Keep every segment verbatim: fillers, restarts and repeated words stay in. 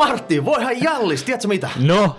Martti, voihan Jallis, tiedätkö mitä? No.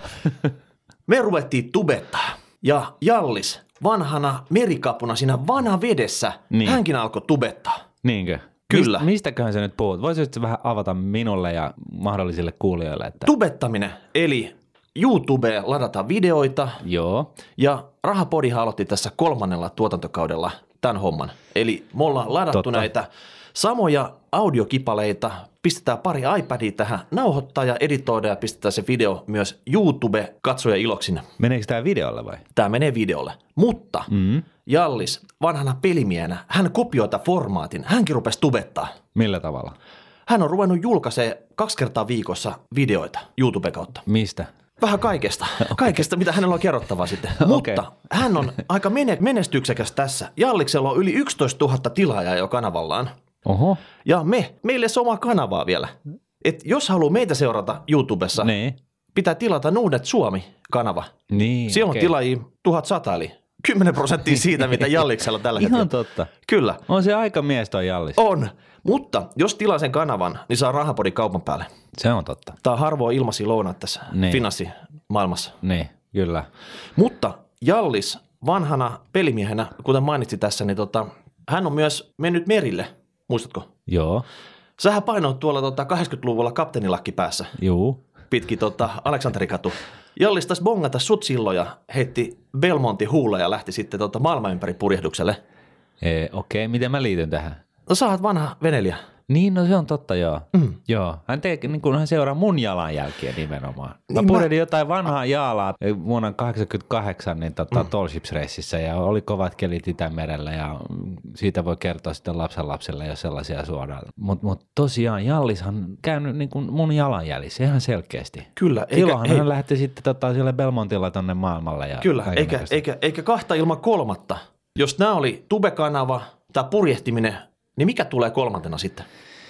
Me ruvettiin tubettaa ja Jallis vanhana merikapuna siinä vanha vedessä, niin. Hänkin alkoi tubettaa. Niinkö? Kyllä. Mist, mistäköhän sä nyt puhut? Voisitko vähän avata minulle ja mahdollisille kuulijoille? Että... Tubettaminen, eli YouTubeen ladataan videoita. Joo. Ja Rahapodihan aloitti tässä kolmannella tuotantokaudella tämän homman. Eli me ollaan ladattu Totta. näitä samoja audiokipaleita, pistetään pari iPadia tähän, nauhoittaa ja editoida ja pistetään se video myös YouTube-katsoja iloksina. Meneekö tämä videolle vai? Tämä menee videolle, mutta mm-hmm. Jallis vanhana pelimiehenä, hän kopioi tämän formaatin, hänkin rupesi tubettaa. Millä tavalla? Hän on ruvennut julkaisemaan kaksi kertaa viikossa videoita YouTube kautta. Mistä? Vähän kaikesta. Okay. Kaikesta, mitä hänellä on kerrottavaa sitten. Okay. Mutta hän on aika menestyksekäs tässä. Jalliksella on yli yksitoista tuhatta tilaajaa jo kanavallaan. Oho. Ja me, meille se oma kanavaa vielä. Et jos haluaa meitä seurata YouTubessa, niin. pitää tilata Nuudet Suomi-kanava. Niin, Siellä okay. on tilaajia tuhatsata, eli kymmenen prosenttia siitä, mitä Jalliksella tällä hetkellä. Ihan totta. Kyllä. On se aika mies toi Jallis. On. Mutta jos tilaa sen kanavan, niin saa Rahapodin kaupan päälle. Se on totta. Tämä on harvoin ilmaisia lounaat tässä niin. finanssimaailmassa. Niin, kyllä. Mutta Jallis vanhana pelimiehenä, kuten mainitsin tässä, niin tota, hän on myös mennyt merille. Muistatko? Joo. Sähän painoit tuolla tota kahdeksankymmentäluvulla kapteenilakki päässä. Juu. Pitkin tota Aleksanterikatu. Jallis taisi bongata sut silloin ja heitti Belmontin huulla ja lähti sitten tota maailman ympäri purjehdukselle. Okei, okay. Miten mä liityn tähän? No sä oot vanha veneilijä. Niin, no se on totta, joo. Mm. Joo. Hän, te, niin kun hän seuraa mun jalanjälkiä nimenomaan. Mä Niin purjehdin mä... jotain vanhaa jaalaa vuonna kahdeksankymmentäkahdeksan niin tota, mm. Tall Ships-reississä ja oli kovat kelit Itämerellä ja siitä voi kertoa sitten lapsenlapselle, jos sellaisia suodaan. Mutta mut tosiaan Jallishan käynyt niin kuin mun jalanjäljissä ihan selkeästi. Kyllä. Silloinhan eikä, hän lähti sitten tota, siellä Belmontilla tonne maailmalle. Ja Kyllä, eikä, eikä, eikä kahta ilman kolmatta. Jos nämä oli Tube-kanava tai purjehtiminen, niin mikä tulee kolmantena sitten?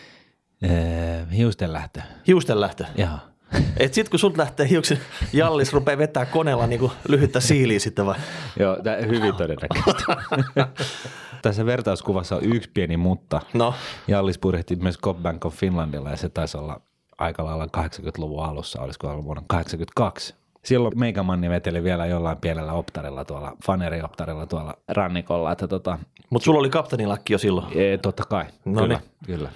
Öö, hiusten lähtö. Hiusten lähtö. Joo. Et sit kun sulta lähtee hiuksen, Jallis rupeaa vetää koneella niin kuin lyhyttä siiliä sitten vai? Joo, tämä hyvin todennäköisesti. Tässä vertauskuvassa on yksi pieni mutta. No. Jallis purjehti myös Coop Bank of Finlandilla ja se taisi olla aika lailla kahdeksankymmentäluvun alussa, olisiko ollut vuonna kahdeksankymmentäkaksi. Silloin meikämanni veteli vielä jollain pienellä optarilla tuolla, fanerioptarilla tuolla rannikolla. Että tota, mutta sulla oli kapteenilakki jo silloin? Ee, totta kai, no kyllä, niin. kyllä.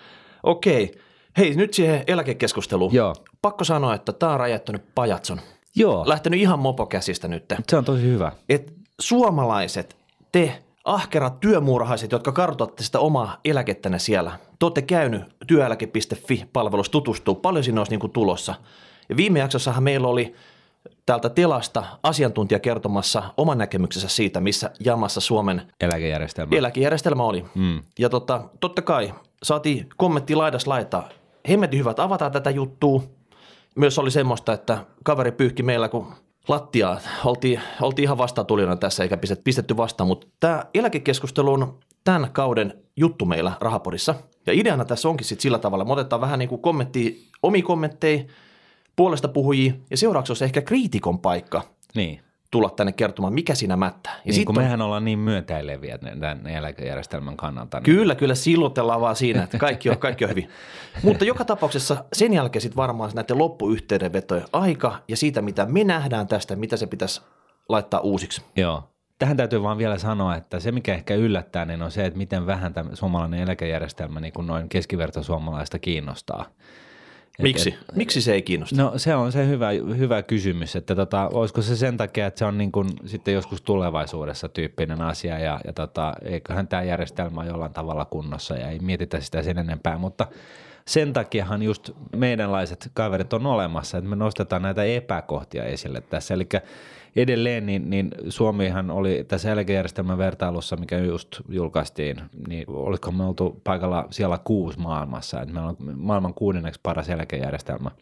Okei. Hei, nyt siihen eläkekeskusteluun. Joo. Pakko sanoa, että tää on räjähtänyt pajatson. Joo. Lähtenyt ihan mopokäsistä nyt. Se on tosi hyvä. Et suomalaiset, te ahkerat työmuurahaiset, jotka kartoitte sitä omaa eläkettänne siellä. Te olette käynyt työeläke piste fi-palvelussa tutustua. Paljon siinä olisi niin kuin tulossa. Ja viime jaksossahan meillä oli täältä Telasta asiantuntija kertomassa oman näkemyksensä siitä, missä jamassa Suomen eläkejärjestelmä, eläkejärjestelmä oli. Mm. Ja tota, totta kai saatiin kommentti laidas laitaa. Hemmetin hyvät, avataan tätä juttua. Myös oli semmoista, että kaveri pyyhki meillä, kun lattiaa. Oltiin, oltiin ihan vastaatulijana tässä eikä pistetty vastaan, mutta tämä eläkekeskustelu on tämän kauden juttu meillä Rahapodissa. Ja ideana tässä onkin sitten sillä tavalla, me otetaan vähän niin kuin kommenttia, omi kommentteja, puolesta puhujia ja seuraavaksi olisi ehkä kriitikon paikka niin. tulla tänne kertomaan, mikä siinä mättää. Ja niin kun on... mehän ollaan niin myöntäileviä tämän eläkejärjestelmän kannalta. Niin... Kyllä, kyllä silloitellaan vaan siinä, että kaikki on, kaikki on hyvin. Mutta joka tapauksessa sen jälkeen sitten varmaan näiden loppuyhteydenvetojen aika ja siitä, mitä me nähdään tästä, mitä se pitäisi laittaa uusiksi. Joo. Tähän täytyy vaan vielä sanoa, että se mikä ehkä yllättää, niin on se, että miten vähän tämä suomalainen eläkejärjestelmä niin kuin noin keskiverto suomalaista kiinnostaa. Miksi? Et, et, Miksi se ei kiinnosta? No se on se hyvä, hyvä kysymys, että tota, olisiko se sen takia, että se on niin kuin sitten joskus tulevaisuudessa tyyppinen asia ja, ja tota, eiköhän tämä järjestelmä ole jollain tavalla kunnossa ja ei mietitä sitä sen enempää, mutta sen takiahan just meidänlaiset kaverit on olemassa, että me nostetaan näitä epäkohtia esille tässä, eli edelleen niin, niin Suomihan oli tässä eläkejärjestelmän vertailussa, mikä just julkaistiin, niin olisiko me oltu paikalla siellä kuusi maailmassa, että meillä on maailman kuudenneksi paras eläkejärjestelmä.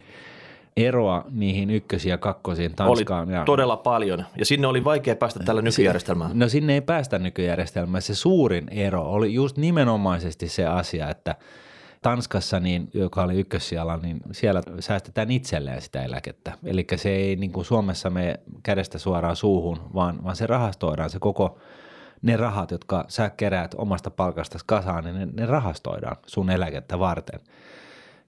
Eroa niihin ykkösiin ja kakkosiin Tanskaan. Oli ja todella paljon ja sinne oli vaikea päästä tällä nykyjärjestelmään. No sinne ei päästä nykyjärjestelmään. Se suurin ero oli just nimenomaisesti se asia, että Tanskassa, niin, joka oli ykkössijalla, niin siellä säästetään itselleen sitä eläkettä. Eli se ei niin kuin Suomessa mene kädestä suoraan suuhun, vaan, vaan se rahastoidaan, se koko ne rahat, jotka sä keräät omasta palkastasi kasaan, niin ne, ne rahastoidaan sun eläkettä varten.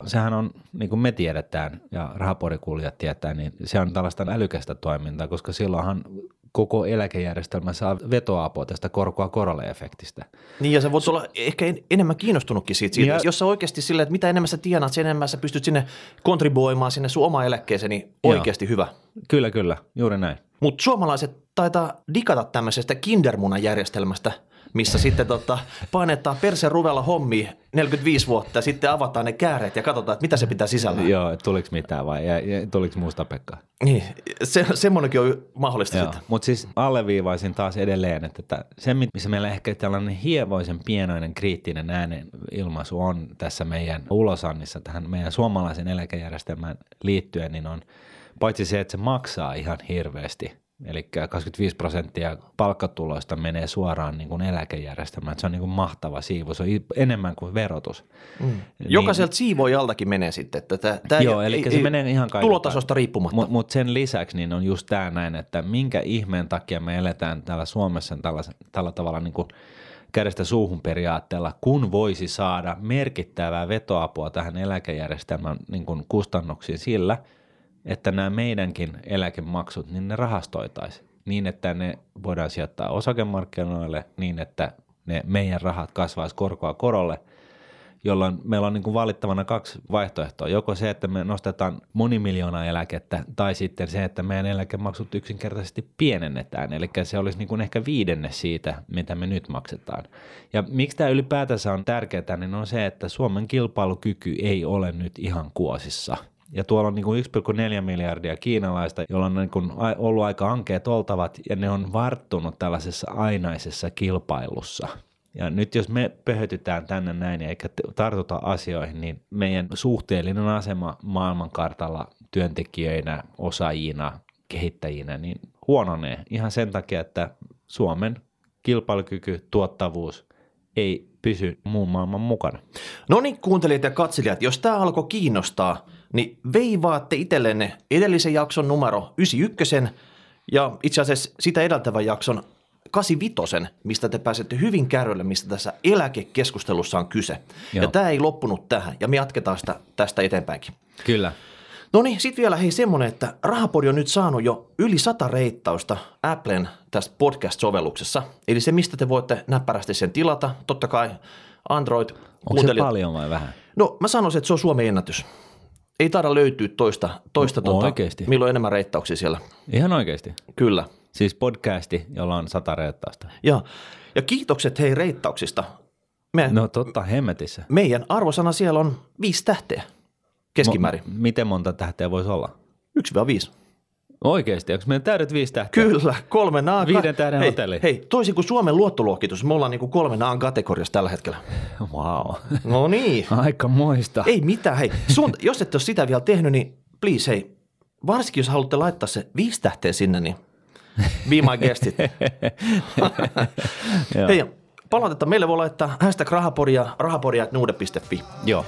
sehän on, niin kuin me tiedetään ja rahapodikuulijat tietää, niin se on tällaista älykästä toimintaa, koska silloinhan koko eläkejärjestelmä saa vetoapua tästä korkoa korolle -efektistä. Niin ja sä voit olla ehkä enemmän kiinnostunutkin siitä, siitä. Jos sä oikeasti silleen, että mitä enemmän sä tienaat, sen enemmän sä pystyt sinne kontribuoimaan sinne sun oma eläkkeeseen, niin oikeasti hyvä. Kyllä, kyllä, juuri näin. Mutta suomalaiset taitaa digata tämmöisestä kindermunan järjestelmästä, missä sitten tota, painetaan perseen ruvella hommia neljäkymmentäviisi vuotta ja sitten avataan ne kääreet ja katsotaan, että mitä se pitää sisällä. Joo, tuliko mitään vai ja, ja tuliko muusta Pekka? Niin, se, semmoinenkin on mahdollista Joo, sitten. mutta siis alleviivaisin taas edelleen, että tämä, se missä meillä ehkä tällainen hievoisen pienoinen kriittinen äänen ilmaisu on tässä meidän ulosannissa tähän meidän suomalaisen eläkejärjestelmään liittyen, niin on paitsi se, että se maksaa ihan hirveästi. Eli kaksikymmentäviisi prosenttia palkkatuloista menee suoraan niin kuin eläkejärjestelmään. Se on niin kuin mahtava siivu. Se on enemmän kuin verotus. Mm. Niin, jokaiselta siivoajaltakin menee sitten. Että tämä, tämä joo, ei, eli ei, se menee ihan kaikilta. Tulotasosta riippumatta. Mutta mut sen lisäksi niin on just tämä näin, että minkä ihmeen takia me eletään täällä Suomessa tällä, tällä tavalla niin kuin kädestä suuhun periaatteella, kun voisi saada merkittävää vetoapua tähän eläkejärjestelmän niin kuin kustannuksiin sillä, että nämä meidänkin eläkemaksut, niin ne rahastoitaisiin niin, että ne voidaan sijoittaa osakemarkkinoille niin, että ne meidän rahat kasvaisi korkoa korolle, jolloin meillä on niin kuin valittavana kaksi vaihtoehtoa. Joko se, että me nostetaan monimiljoonaa eläkettä, tai sitten se, että meidän eläkemaksut yksinkertaisesti pienennetään. Eli se olisi niin kuin ehkä viidenne siitä, mitä me nyt maksetaan. Ja miksi tämä ylipäätänsä on tärkeää, niin on se, että Suomen kilpailukyky ei ole nyt ihan kuosissa. Ja tuolla on niin kuin yksi pilkku neljä miljardia kiinalaista, jolla on niin kuin ollut aika ankeat oltavat, ja ne on varttunut tällaisessa ainaisessa kilpailussa. Ja nyt jos me pöhötytään tänne näin eikä tartuta asioihin, niin meidän suhteellinen asema maailmankartalla työntekijöinä, osaajina, kehittäjinä, niin huononee ihan sen takia, että Suomen kilpailukyky, tuottavuus ei pysy muun maailman mukana. No niin, kuuntelijat ja katselijat, jos tämä alkoi kiinnostaa, niin veivaatte itsellenne edellisen jakson numero yhdeksänkymmentäyksi ja itse asiassa sitä edeltävän jakson kahdeksankymmentäviisi, mistä te pääsette hyvin kärrylle, mistä tässä eläkekeskustelussa on kyse. Joo. Ja tämä ei loppunut tähän ja me jatketaan sitä tästä eteenpäinkin. Kyllä. No niin, sitten vielä hei semmoinen, että Rahapodi on nyt saanut jo yli sata reittausta Applen tästä podcast-sovelluksessa. Eli se, mistä te voitte näppärästi sen tilata, totta kai Android. Onko se paljon vai vähän? No mä sanoisin, että se on Suomen ennätys. Ei taida löytyä toista, toista tuota, milloin enemmän reittauksia siellä. Ihan oikeasti? Kyllä. Siis podcasti, jolla on sata reittausta. Ja, ja kiitokset hei reittauksista. Me, no totta, hemmetissä. Meidän arvosana siellä on viisi tähteä keskimäärin. Mo- miten monta tähteä voisi olla? Yksi vai viisi. Oikeasti, onko meidän täydet viisi tähteä? Kyllä, kolme naan. Viiden tähden hei, hotelli. Hei, toisin kuin Suomen luottoluokitus, me ollaan niin kuin kolme naan kategoriassa tällä hetkellä. Wow. No niin. Aika moista. Ei mitään, hei. Sun, jos et ole sitä vielä tehnyt, niin please, hei, varsinkin jos haluatte laittaa se viisi tähteä sinne, niin be my guestit. Hei, palautetta meille voi laittaa hashtag rahapodia, rahapodia at nuude piste fi. Joo.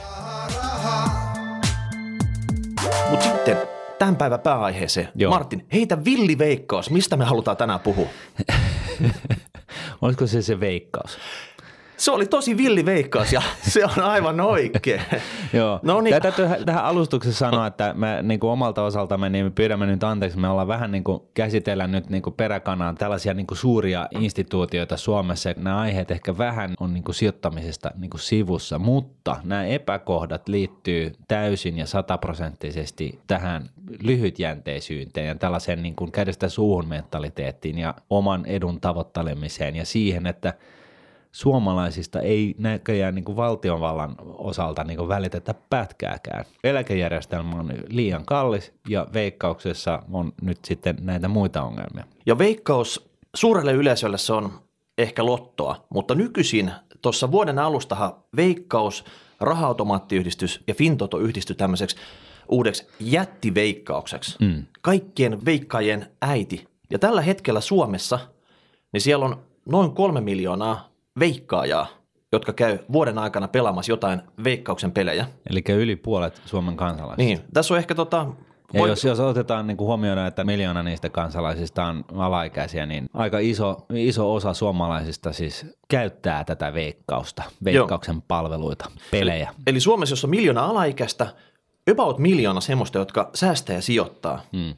Mutta sitten tämän päivän pääaiheeseen. Joo. Martin, heitä villi veikkaus. Mistä me halutaan tänään puhua? Olisiko se se veikkaus? Se oli tosi villi veikkaus ja se on aivan oikein. Joo. No niin. Täytyy tähän alustuksessa sanoa, että me niin kuin omalta osaltamme niin me pyydämme nyt anteeksi. Me ollaan vähän niin kuin käsitellä nyt niin kuin peräkanaan tällaisia niin kuin suuria instituutioita Suomessa. Ja nämä aiheet ehkä vähän on niin kuin sijoittamisesta niin kuin sivussa, mutta nämä epäkohdat liittyy täysin ja sataprosenttisesti tähän lyhytjänteisyyteen ja tällaiseen niin kuin kädestä suuhun mentaliteettiin ja oman edun tavoittelemiseen ja siihen, että suomalaisista ei näköjään niin kuin valtionvallan osalta niin kuin välitetä pätkääkään. Eläkejärjestelmä on liian kallis ja Veikkauksessa on nyt sitten näitä muita ongelmia. Ja Veikkaus suurelle yleisölle se on ehkä lottoa, mutta nykyisin tuossa vuoden alustahan Veikkaus, Raha-automaattiyhdistys ja Fintoto yhdistyi tämmöiseksi uudeksi jättiveikkaukseksi. Mm. Kaikkien veikkaajien äiti. Ja tällä hetkellä Suomessa, niin siellä on noin kolme miljoonaa veikkaajaa, jotka käy vuoden aikana pelaamassa jotain Veikkauksen pelejä. Eli yli puolet Suomen kansalaisista. Niin, tässä on ehkä tota, Ja Voin... jos, jos otetaan niin kuin huomioon, että miljoona niistä kansalaisista on alaikäisiä, niin aika iso, iso osa suomalaisista siis käyttää tätä veikkausta, veikkauksen Joo. palveluita, pelejä. Eli, eli Suomessa, jos on miljoona alaikäistä, about miljoona semmoista, jotka säästää ja sijoittaa, hmm.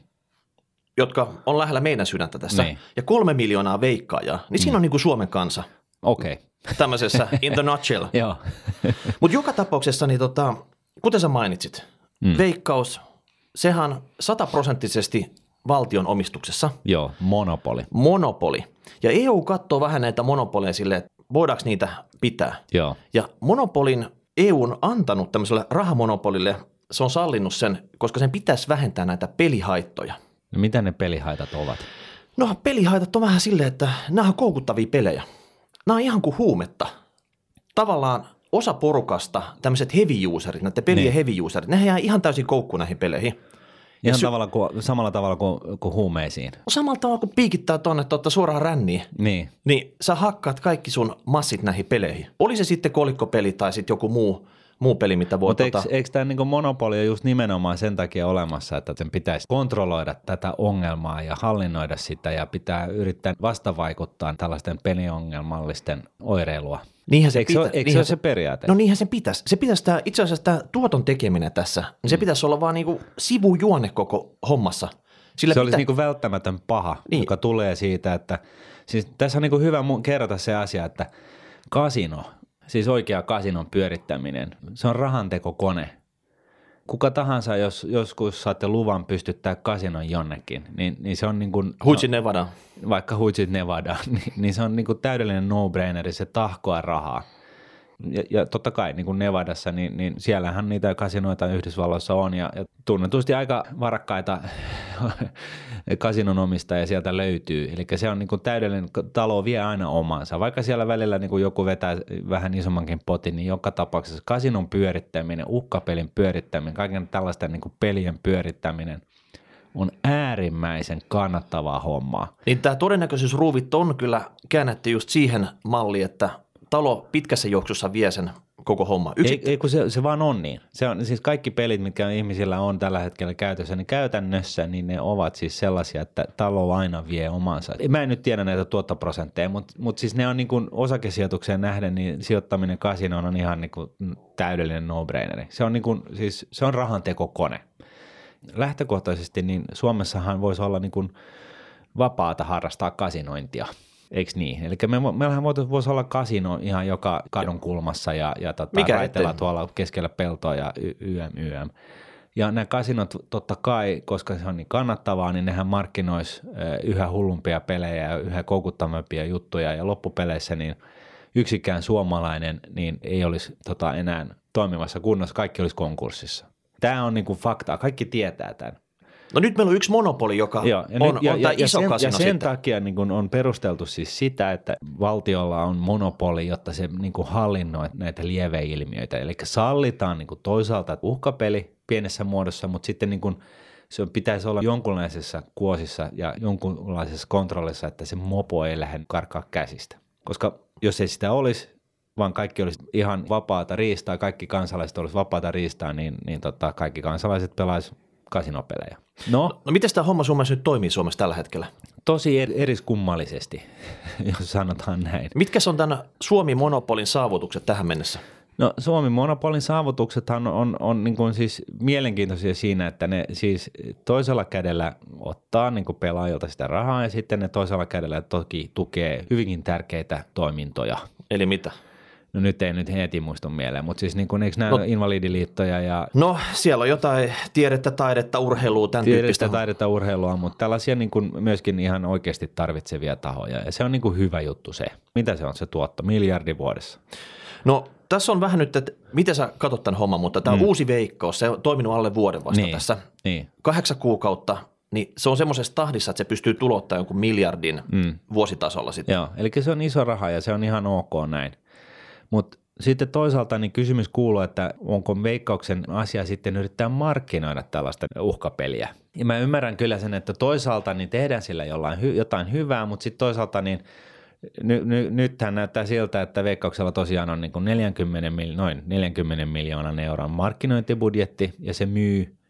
jotka on lähellä meidän sydäntä tässä, niin. ja kolme miljoonaa veikkaajaa, niin hmm. siinä on niin kuin Suomen kansa. Okei. Okay. Tämmöisessä in the nutshell. Joo. Mutta joka tapauksessa, niin tota, kuten sä mainitsit, hmm. veikkaus, sehän sataprosenttisesti valtion omistuksessa. Joo, monopoli. Monopoli. Ja E U katsoo vähän näitä monopoleja silleen, että voidaanko niitä pitää. Joo. Ja monopolin E U on antanut tämmöiselle rahamonopolille, se on sallinut sen, koska sen pitäisi vähentää näitä pelihaittoja. No mitä ne pelihaitat ovat? No pelihaitat on vähän silleen, että nämä on koukuttavia pelejä. Nämä on ihan kuin huumetta. Tavallaan osa porukasta, tämmöiset heavy userit, näiden pelien niin. heavy userit, nehän jää ihan täysin koukkuun näihin peleihin. Ihan sy- tavalla kuin, samalla tavalla kuin, kuin huumeisiin. Samalla tavalla kuin piikittää tuonne tuota suoraan ränniin. Niin. Niin sä hakkaat kaikki sun massit näihin peleihin. Oli se sitten kolikkopeli tai sitten joku muu, muu peli, mitä voi... Mutta eikö, eikö tämä niinku monopoli ole just nimenomaan sen takia olemassa, että sen pitäisi kontrolloida tätä ongelmaa ja hallinnoida sitä ja pitää yrittää vastavaikuttaa tällaisten peliongelmallisten oireilua? Niinhän se eikö pitä, se, eikö niinhän se ole se periaate? No niinhän se pitäisi. Se pitäisi tää, itse asiassa tämä tuoton tekeminen tässä, niin se mm. pitäisi olla vaan niinku sivujuone koko hommassa. Sillä se pitä... olisi niinku välttämätön paha, niin. joka tulee siitä, että siis tässä on niinku hyvä kerrota se asia, että kasino, siis oikea kasinon pyörittäminen, se on rahantekokone. Kuka tahansa, jos joskus saatte luvan pystyttää kasinon jonnekin, niin, niin se on niin kuin... Huitsit Nevada. Vaikka huitsit Nevada, niin, niin se on niin kuin täydellinen no-braineri, se tahkoa rahaa. Ja, ja totta kai niin kuin Nevadassa, niin, niin siellähän niitä kasinoita Yhdysvalloissa on ja, ja tunnetusti aika varakkaita kasinonomistajia sieltä löytyy. Eli se on niin kuin täydellinen, talo vie aina omansa. Vaikka siellä välillä niin kuin joku vetää vähän isommankin potin, niin joka tapauksessa kasinon pyörittäminen, uhkapelin pyörittäminen, kaiken tällaisten niin kuin pelien pyörittäminen on äärimmäisen kannattavaa hommaa. Niin tämä todennäköisyysruuvit on kyllä käännetty just siihen malliin, että talo pitkässä juoksussa vie sen koko homma. Yksi... Ei, ei kun se, se vaan on niin. Se on siis kaikki pelit, mitkä ihmisillä on tällä hetkellä käytössä, niin käytännössä niin ne ovat siis sellaisia, että talo aina vie omansa. Mä en nyt tiedä näitä tuottoprosentteja, mutta, mutta siis ne on niin kuin osakesijoitukseen nähden, niin sijoittaminen kasinoon on ihan niin kuin täydellinen no-braineri. Se on niin kuin, siis se on rahantekokone. Lähtökohtaisesti niin Suomessahan voisi olla niin kuin vapaata harrastaa kasinointia. Eikö niin? Eli me, meillähän voisi olla kasino ihan joka kadun kulmassa ja, ja tota, raitella tuolla keskellä peltoa ja ym, ym. Ja nämä kasinot totta kai, koska se on niin kannattavaa, niin nehän markkinoisi yhä hullumpia pelejä ja yhä koukuttavampia juttuja ja loppupeleissä niin yksikään suomalainen niin ei olisi tota, enää toimivassa kunnossa, kaikki olisi konkurssissa. Tämä on niin kuin faktaa, kaikki tietää tämän. No nyt meillä on yksi monopoli, joka Joo, ja on, nyt, ja, on tämä ja iso sen, kasino. Ja sen sitten. takia niin kuin on perusteltu siis sitä, että valtiolla on monopoli, jotta se niin kuin hallinnoi näitä lieveilmiöitä. Eli sallitaan niin kuin toisaalta uhkapeli pienessä muodossa, mutta sitten niin kuin se pitäisi olla jonkunlaisessa kuosissa ja jonkunlaisessa kontrollissa, että se mopo ei lähde karkaa käsistä. Koska jos ei sitä olisi, vaan kaikki olisi ihan vapaata riistaa, kaikki kansalaiset olisi vapaata riistaa, niin, niin tota, kaikki kansalaiset pelaisivat kasinopelejä. No, no, no miten tämä homma Suomessa nyt toimii Suomessa tällä hetkellä? Tosi eriskummallisesti, jos sanotaan näin. Mitkä on tämän Suomi-monopolin saavutukset tähän mennessä? No Suomi-monopolin saavutuksethan on, on, on niin kuin siis mielenkiintoisia siinä, että ne siis toisella kädellä ottaa niin kuin pelaajilta sitä rahaa ja sitten ne toisella kädellä toki tukee hyvinkin tärkeitä toimintoja. Eli mitä? No nyt ei nyt heti muistu mieleen, mutta siis niin kuin, eikö nämä no, invalidiliittoja ja... No siellä on jotain tiedettä, taidetta, urheilua, tämän tiedettä, tyyppistä. Tiedettä, taidetta, urheilua, mutta tällaisia niin kuin myöskin ihan oikeasti tarvitsevia tahoja ja se on niin kuin hyvä juttu se. Mitä se on se tuotto? Miljardi vuodessa. No tässä on vähän nyt, että miten sä katsot tämän homman, mutta tämä on mm. uusi Veikkaus, se on toiminut alle vuoden vasta niin, tässä. Niin. Kahdeksan kuukautta, niin se on semmoisessa tahdissa, että se pystyy tulottamaan jonkun miljardin mm. vuositasolla sitten. Joo, eli se on iso raha ja se on ihan ok näin, mutta sitten toisaalta niin kysymys kuuluu, että onko Veikkauksen asia sitten yrittää markkinoida tällaista uhkapeliä. Ja mä ymmärrän kyllä sen, että toisaalta niin tehdään sillä jollain, jotain hyvää, mutta sitten toisaalta niin ny, ny, nythän näyttää siltä, että Veikkauksella tosiaan on niin kuin neljäkymmentä, noin neljänkymmenen miljoonan euron markkinointibudjetti ja se myy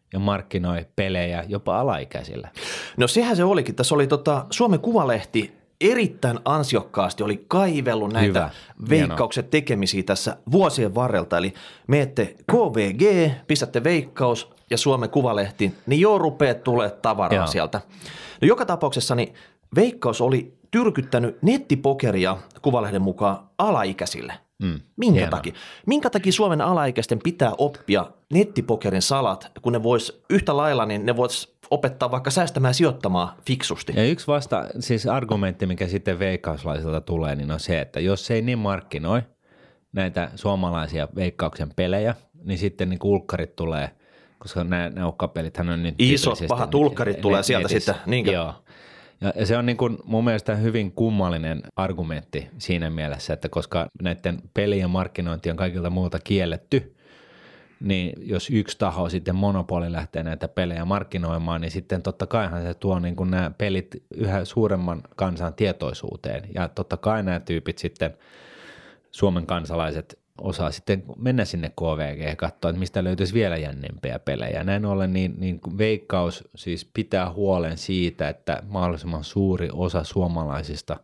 ja markkinoi pelejä jopa alaikäisille. No sehän se olikin. Tässä oli tota, Suomen Kuvalehti erittäin ansiokkaasti oli kaivellut näitä Hyvä. Veikkauksen tekemisiä tässä vuosien varrelta. Eli menette K V G, pistätte Veikkaus ja Suomen Kuvalehti, niin jo rupeaa tulee tavaraa Joo. sieltä. No joka tapauksessa niin Veikkaus oli tyrkyttänyt nettipokeria Kuvalehden mukaan alaikäisille. Mm, Minkä hienoa. takia? Minkä takia Suomen alaikäisten pitää oppia nettipokerin salat, kun ne vois yhtä lailla, niin ne vois opettaa vaikka säästämään ja sijoittamaan fiksusti. Ja yksi vasta, siis argumentti, mikä sitten veikkauslaisilta tulee, niin on se, että jos ei niin markkinoi näitä suomalaisia Veikkauksen pelejä, niin sitten niin ulkkarit tulee, koska nämä, nämä uhkapelithän on nyt Isot pahat ulkkarit tulee sieltä sitten, niinkö? Joo. Ja, ja se on niin kuin mun mielestä hyvin kummallinen argumentti siinä mielessä, että koska näiden pelien markkinointi on kaikilta muilta kielletty, niin jos yksi taho sitten monopoli lähtee näitä pelejä markkinoimaan, niin sitten totta kaihan se tuo niin kuin nämä pelit yhä suuremman kansan tietoisuuteen. Ja totta kai nämä tyypit sitten, Suomen kansalaiset, osaa sitten mennä sinne K V G ja katsoa, että mistä löytyisi vielä jännempiä pelejä. Näin ollen niin, niin Veikkaus siis pitää huolen siitä, että mahdollisimman suuri osa suomalaisista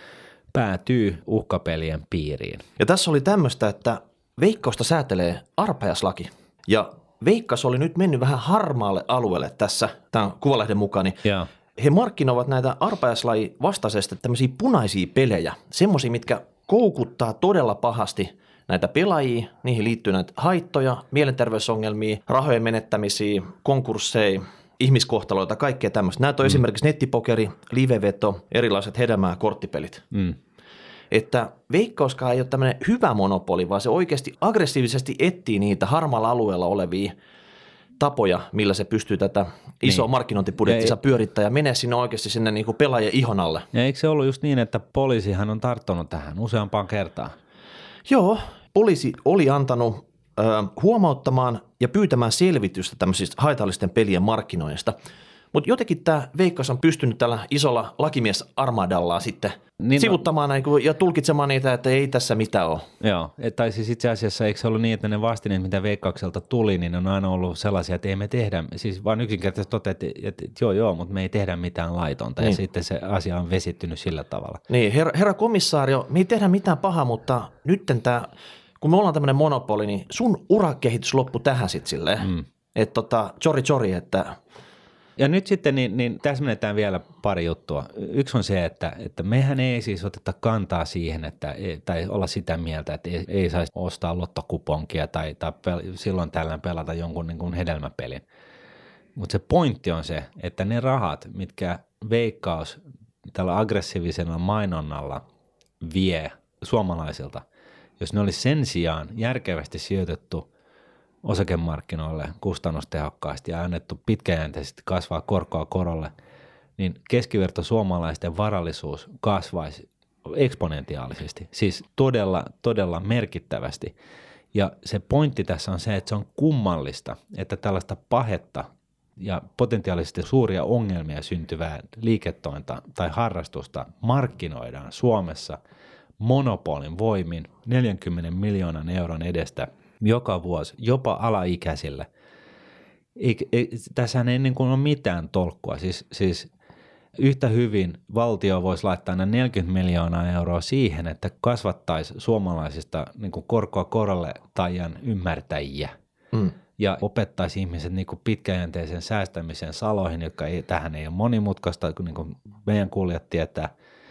päätyy uhkapelien piiriin. Ja tässä oli tämmöistä, että Veikkausta säätelee arpajaislaki. Ja Veikkaus oli nyt mennyt vähän harmaalle alueelle tässä, tämän Kuvalehden mukaan, niin Joo. he markkinoivat näitä arpajaislaji vastaisesti tämmöisiä punaisia pelejä, semmoisia, mitkä koukuttaa todella pahasti näitä pelaajia, niihin liittyy näitä haittoja, mielenterveysongelmia, rahojen menettämisiä, konkursseja, ihmiskohtaloita, kaikkea tämmöistä. Näitä on mm. esimerkiksi nettipokeri, liveveto, erilaiset hedelmää- ja korttpelit. Mm. Että Veikkauskaan ei ole tämmöinen hyvä monopoli, vaan se oikeasti aggressiivisesti etsii niitä harmaalla alueella olevia tapoja, millä se pystyy tätä isoa niin. markkinointibudjettinsa pyörittää ja menee sinne oikeasti sinne niin kuin pelaajien ihon alle. Ja eikö se ollut just niin, että poliisihan on tarttunut tähän useampaan kertaan? Joo, poliisi oli antanut ö, huomauttamaan ja pyytämään selvitystä tämmöisistä haitallisten pelien markkinoinnista. Mutta jotenkin tämä Veikkaus on pystynyt tällä isolla lakimiesarmadallaan sitten niin sivuttamaan no, ja tulkitsemaan niitä, että ei tässä mitään ole. Joo, tai siis itse asiassa eikö se ollut niin, että ne vastineet, mitä Veikkaukselta tuli, niin on aina ollut sellaisia, että ei me tehdä, siis vaan yksinkertaisesti toteat, että, että joo joo, mutta me ei tehdä mitään laitonta niin. Ja sitten se asia on vesittynyt sillä tavalla. Niin, herra, herra komissaario, me ei tehdä mitään pahaa, mutta nytten tämä, kun me ollaan tämmöinen monopoli, niin sun urakehitys loppui tähän sitten silleen, mm. että tota, chori chori, että... Ja nyt sitten niin, niin täsmennetään vielä pari juttua. Yksi on se, että, että mehän ei siis oteta kantaa siihen, että ei, tai olla sitä mieltä, että ei, ei saisi ostaa lottokuponkia tai, tai pel, silloin tällään pelata jonkun niin kuin hedelmäpelin. Mutta se pointti on se, että ne rahat, mitkä Veikkaus tällä aggressiivisella mainonnalla vie suomalaisilta, jos ne olisi sen sijaan järkevästi sijoitettu osakemarkkinoille kustannustehokkaasti ja annettu pitkäjänteisesti kasvaa korkoa korolle, niin keskiverto suomalaisten varallisuus kasvaisi eksponentiaalisesti, siis todella, todella merkittävästi. Ja se pointti tässä on se, että se on kummallista, että tällaista pahetta ja potentiaalisesti suuria ongelmia syntyvää liiketointa tai harrastusta markkinoidaan Suomessa monopolin voimin neljänkymmenen miljoonan euron edestä joka vuosi, jopa alaikäisille. Ei, ei, tässähän ei niin kuin ole mitään tolkkua. Siis, siis yhtä hyvin valtio voisi laittaa nämä neljäkymmentä miljoonaa euroa siihen, että kasvattaisi suomalaisista niin kuin korkoa korolle taian ymmärtäjiä mm. ja opettaisi ihmiset niin kuin pitkäjänteisen säästämisen saloihin, jotka ei, tähän ei ole monimutkaista, niin kuin meidän kuulijat tietää.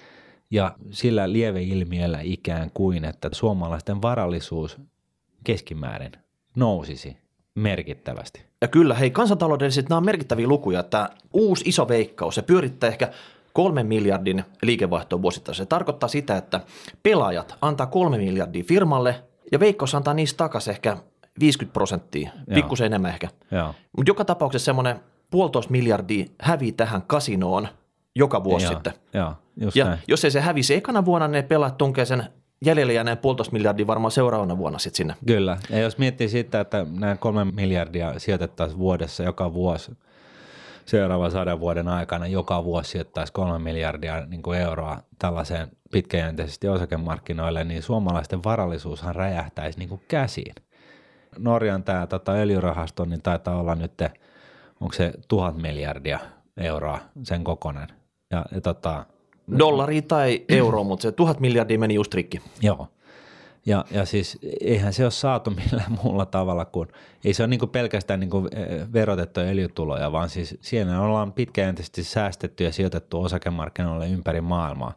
Ja sillä lieveilmiöllä ikään kuin, että suomalaisten varallisuus keskimäärin nousisi merkittävästi. Ja kyllä, hei, kansantaloudellisesti nämä on merkittäviä lukuja, että uusi iso Veikkaus, se pyörittää ehkä kolmen miljardin liikevaihtoa vuosittain. Se tarkoittaa sitä, että pelaajat antaa kolme miljardia firmalle ja Veikkaus antaa niistä takaisin ehkä viisikymmentä prosenttia, pikkusen enemmän ehkä. Mutta joka tapauksessa semmoinen puolitoista miljardia hävii tähän kasinoon joka vuosi Joo, sitten. Joo, just ja näin. jos ei se hävisi ekana vuonna, ne pelaat tunkee sen jäljellä jääneen puolitoista miljardia varmaan seuraavana vuonna sitten sinne. Kyllä, ja jos miettii sitä, että nämä kolme miljardia sijoitettaisiin vuodessa joka vuosi, seuraavan sadan vuoden aikana joka vuosi sijoittaisi kolme miljardia niin kuin euroa tällaiseen pitkäjänteisesti osakemarkkinoille, niin suomalaisten varallisuushan räjähtäisi niin kuin käsiin. Norjan tämä tota, öljyrahasto niin taitaa olla nyt onko se tuhat miljardia euroa sen kokoinen. Ja, ja tota, Dollari tai euro, mutta se tuhat miljardia meni just rikki. Joo. Ja, ja siis eihän se ole saatu millään muulla tavalla kuin, ei se ole niin kuin pelkästään niin kuin verotettuja öljytuloja, vaan siis siellä ollaan pitkäjänteisesti säästetty ja sijoitettu osakemarkkinoille ympäri maailmaa.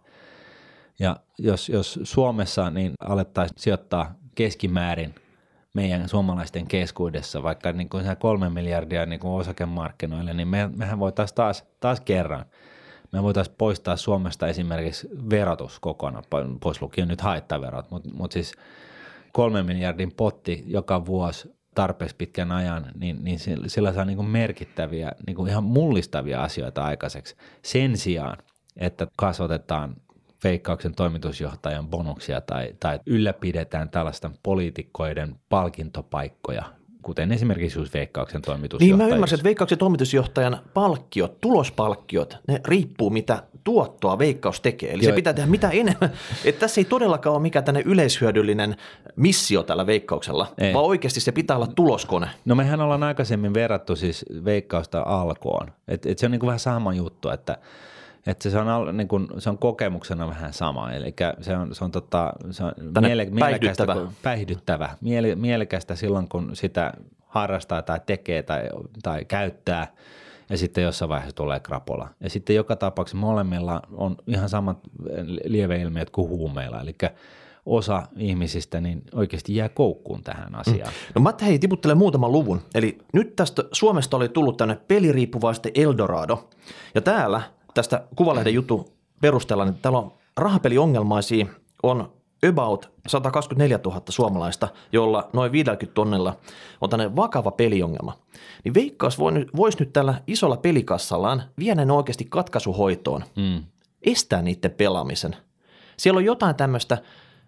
Ja jos, jos Suomessa niin alettaisiin sijoittaa keskimäärin meidän suomalaisten keskuudessa vaikka niin kuin kolme miljardia niin kuin osakemarkkinoille, niin me, mehän voitaisiin taas, taas kerran, me voitaisiin poistaa Suomesta esimerkiksi verotus kokonaan, pois lukien nyt haittaverot, mutta mut siis kolmen miljardin potti joka vuosi tarpeeksi pitkän ajan, niin, niin sillä saa niin kuin merkittäviä, niin kuin ihan mullistavia asioita aikaiseksi sen sijaan, että kasvatetaan Veikkauksen toimitusjohtajan bonuksia tai, tai ylläpidetään tällaista poliitikkoiden palkintopaikkoja, kuten esimerkiksi just Veikkauksen toimitusjohtaja. Niin mä ymmärsin, että Veikkauksen toimitusjohtajan palkkiot, tulospalkkiot, ne riippuu mitä tuottoa Veikkaus tekee. Eli Joo. se pitää tehdä mitä enemmän. Että tässä ei todellakaan ole mikään tänne yleishyödyllinen missio tällä Veikkauksella, ei. vaan oikeasti se pitää olla tuloskone. No mehän ollaan aikaisemmin verrattu siis Veikkausta Alkoon. Että et se on niin kuin vähän sama juttu, että Että se on, niin kuin, se on kokemuksena vähän sama, eli se on, se on, tota, se on miele, päihdyttävä. päihdyttävä, miele, mielekästä silloin, kun sitä harrastaa tai tekee tai, tai käyttää, ja sitten jossain vaiheessa tulee krapola. Ja sitten joka tapauksessa molemmilla on ihan samat lieveilmiöt kuin huumeilla, eli osa ihmisistä niin oikeasti jää koukkuun tähän asiaan. Mm. No Matti, hei, tiputtele muutaman luvun. Eli nyt tästä Suomesta oli tullut tänne peliriippuvaisten Eldorado, ja täällä tästä Kuvalehden jutun perusteella, niin täällä on rahapeliongelmaisia, on about sata kaksikymmentäneljätuhatta suomalaista, jolla noin viisikymmentä tonnella on tämmöinen vakava peliongelma. Niin Veikkaus voisi nyt tällä isolla pelikassallaan viedä ne oikeasti katkaisuhoitoon, mm. estää niiden pelaamisen. Siellä on jotain tämmöistä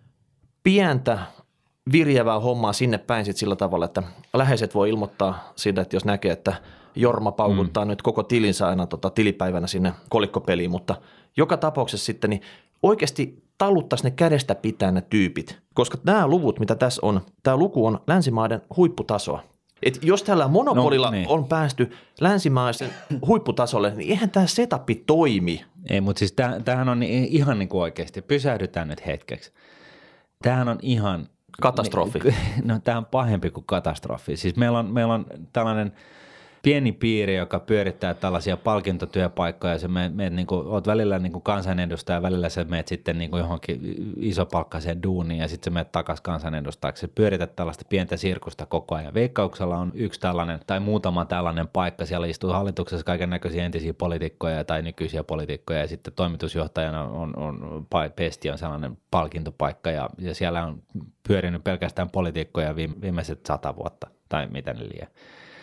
pientä virjävää hommaa sinne päin sit sillä tavalla, että läheiset voi ilmoittaa siitä, että jos näkee, että Jorma paukuttaa mm. nyt koko tilinsä aina tota, tilipäivänä sinne kolikkopeliin, mutta joka tapauksessa sitten niin oikeasti taluttaisi ne kädestä pitää ne tyypit, koska nämä luvut, mitä tässä on, tämä luku on länsimaiden huipputasoa. Et jos tällä monopolilla no, niin. on päästy länsimaisen huipputasolle, niin eihän tämä setupi toimi. Ei, mutta siis tämähän on ihan niin kuin oikeasti, pysähdytään nyt hetkeksi. Tämähän on ihan katastrofi. No tämä on pahempi kuin katastrofi. Siis meillä on, meillä on tällainen pieni piiri, joka pyörittää tällaisia palkintotyöpaikkoja. Sä meet, meet niin kuin, oot välillä niin kuin kansanedustaja, välillä sä meet sitten niin kuin johonkin isopalkkaiseen duuniin ja sitten sä meet takaisin kansanedustajaksi. Sä pyörität tällaista pientä sirkusta koko ajan. Veikkauksella on yksi tällainen tai muutama tällainen paikka. Siellä istuu hallituksessa kaiken näköisiä entisiä poliitikkoja tai nykyisiä poliitikkoja ja sitten toimitusjohtajana on, on Pesti on sellainen palkintopaikka ja, ja siellä on pyörinyt pelkästään poliitikkoja viimeiset sata vuotta tai mitä ne liian.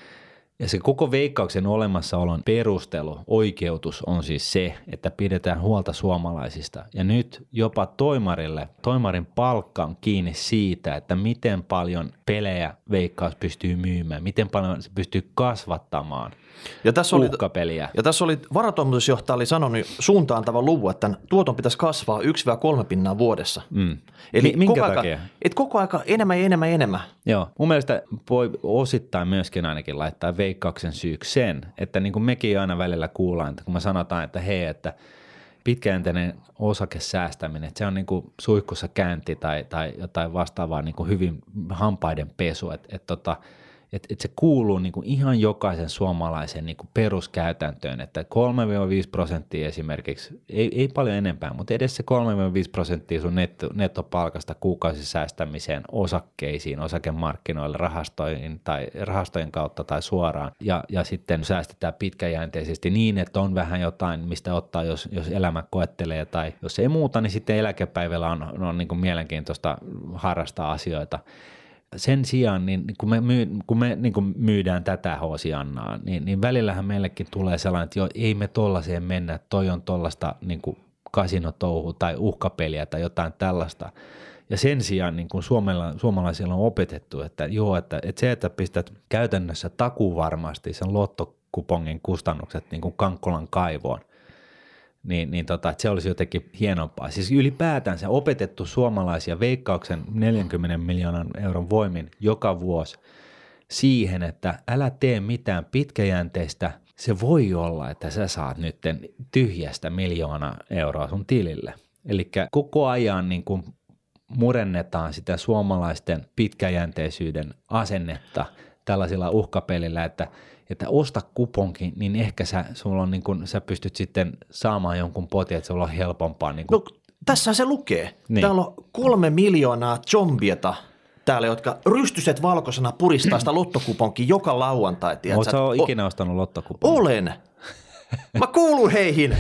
Ja se koko Veikkauksen olemassaolon perustelu, oikeutus on siis se, että pidetään huolta suomalaisista. Ja nyt jopa toimarille, toimarin palkka on kiinni siitä, että miten paljon pelejä Veikkaus pystyy myymään, miten paljon se pystyy kasvattamaan ja tässä oli, uhkapeliä. Ja tässä oli varatoimitusjohtaja oli sanonut suuntaantavan luvun, että tuoton pitäisi kasvaa yksi kolme pinnaa vuodessa. Mm. Eli minkä koko takia? Aika, et koko aika enemmän ja enemmän ja enemmän. Joo, mun mielestä voi osittain myöskin ainakin laittaa Veikkauksen syyksi sen, että niin kuin mekin aina välillä kuullaan, että kun me sanotaan, että hei, että pitkäjänteinen osakesäästäminen, että se on niin kuin suihkussa käynti tai, tai jotain vastaavaa niin kuin hyvin hampaiden pesu, että et tota, et, et se kuuluu niin kuin ihan jokaisen suomalaisen niin kuin peruskäytäntöön, että kolme viisi prosenttia esimerkiksi, ei, ei paljon enempää, mutta edes se kolme viisi prosenttia sun netto, nettopalkasta kuukausisäästämiseen, osakkeisiin, osakemarkkinoille, rahastoihin tai rahastojen kautta tai suoraan ja, ja sitten säästetään pitkäjänteisesti niin, että on vähän jotain, mistä ottaa, jos, jos elämä koettelee tai jos ei muuta, niin sitten eläkepäivällä on, on niin kuin mielenkiintoista harrastaa asioita. Sen sijaan, niin kun me, myy, kun me niin kun myydään tätä Hosiannaa, niin, niin välillähän meillekin tulee sellainen, että jo, ei me tollaiseen mennä, että toi on tollaista niin kuin kasinotouhua tai uhkapeliä tai jotain tällaista. Ja sen sijaan niin kun Suomella, suomalaisilla on opetettu, että joo, että, että se, että pistät käytännössä takuvarmasti sen lottokupongin kustannukset niin kuin Kankkolan kaivoon, niin, niin tota, että se olisi jotenkin hienompaa. Siis ylipäätään se opetettu suomalaisia Veikkauksen neljänkymmenen miljoonan euron voimin joka vuosi, siihen, että älä tee mitään pitkäjänteistä. Se voi olla, että sä saat nyt tyhjästä miljoona euroa sun tilille. Eli koko ajan niin kuin murennetaan sitä suomalaisten pitkäjänteisyyden asennetta tällaisilla uhkapelillä, että, että osta kuponkin, niin ehkä sä, sulla on niin kuin, sä pystyt sitten saamaan jonkun potin, että sulla on helpompaa. Niin kuin. No tässä se lukee. Niin. Täällä on kolme miljoonaa zombieta täällä, jotka rystyset valkoisena puristaa sitä lottokuponkin joka lauantai. Oletko sä ikinä o- ostanut lottokuponkin? Olen. Mä kuulun heihin.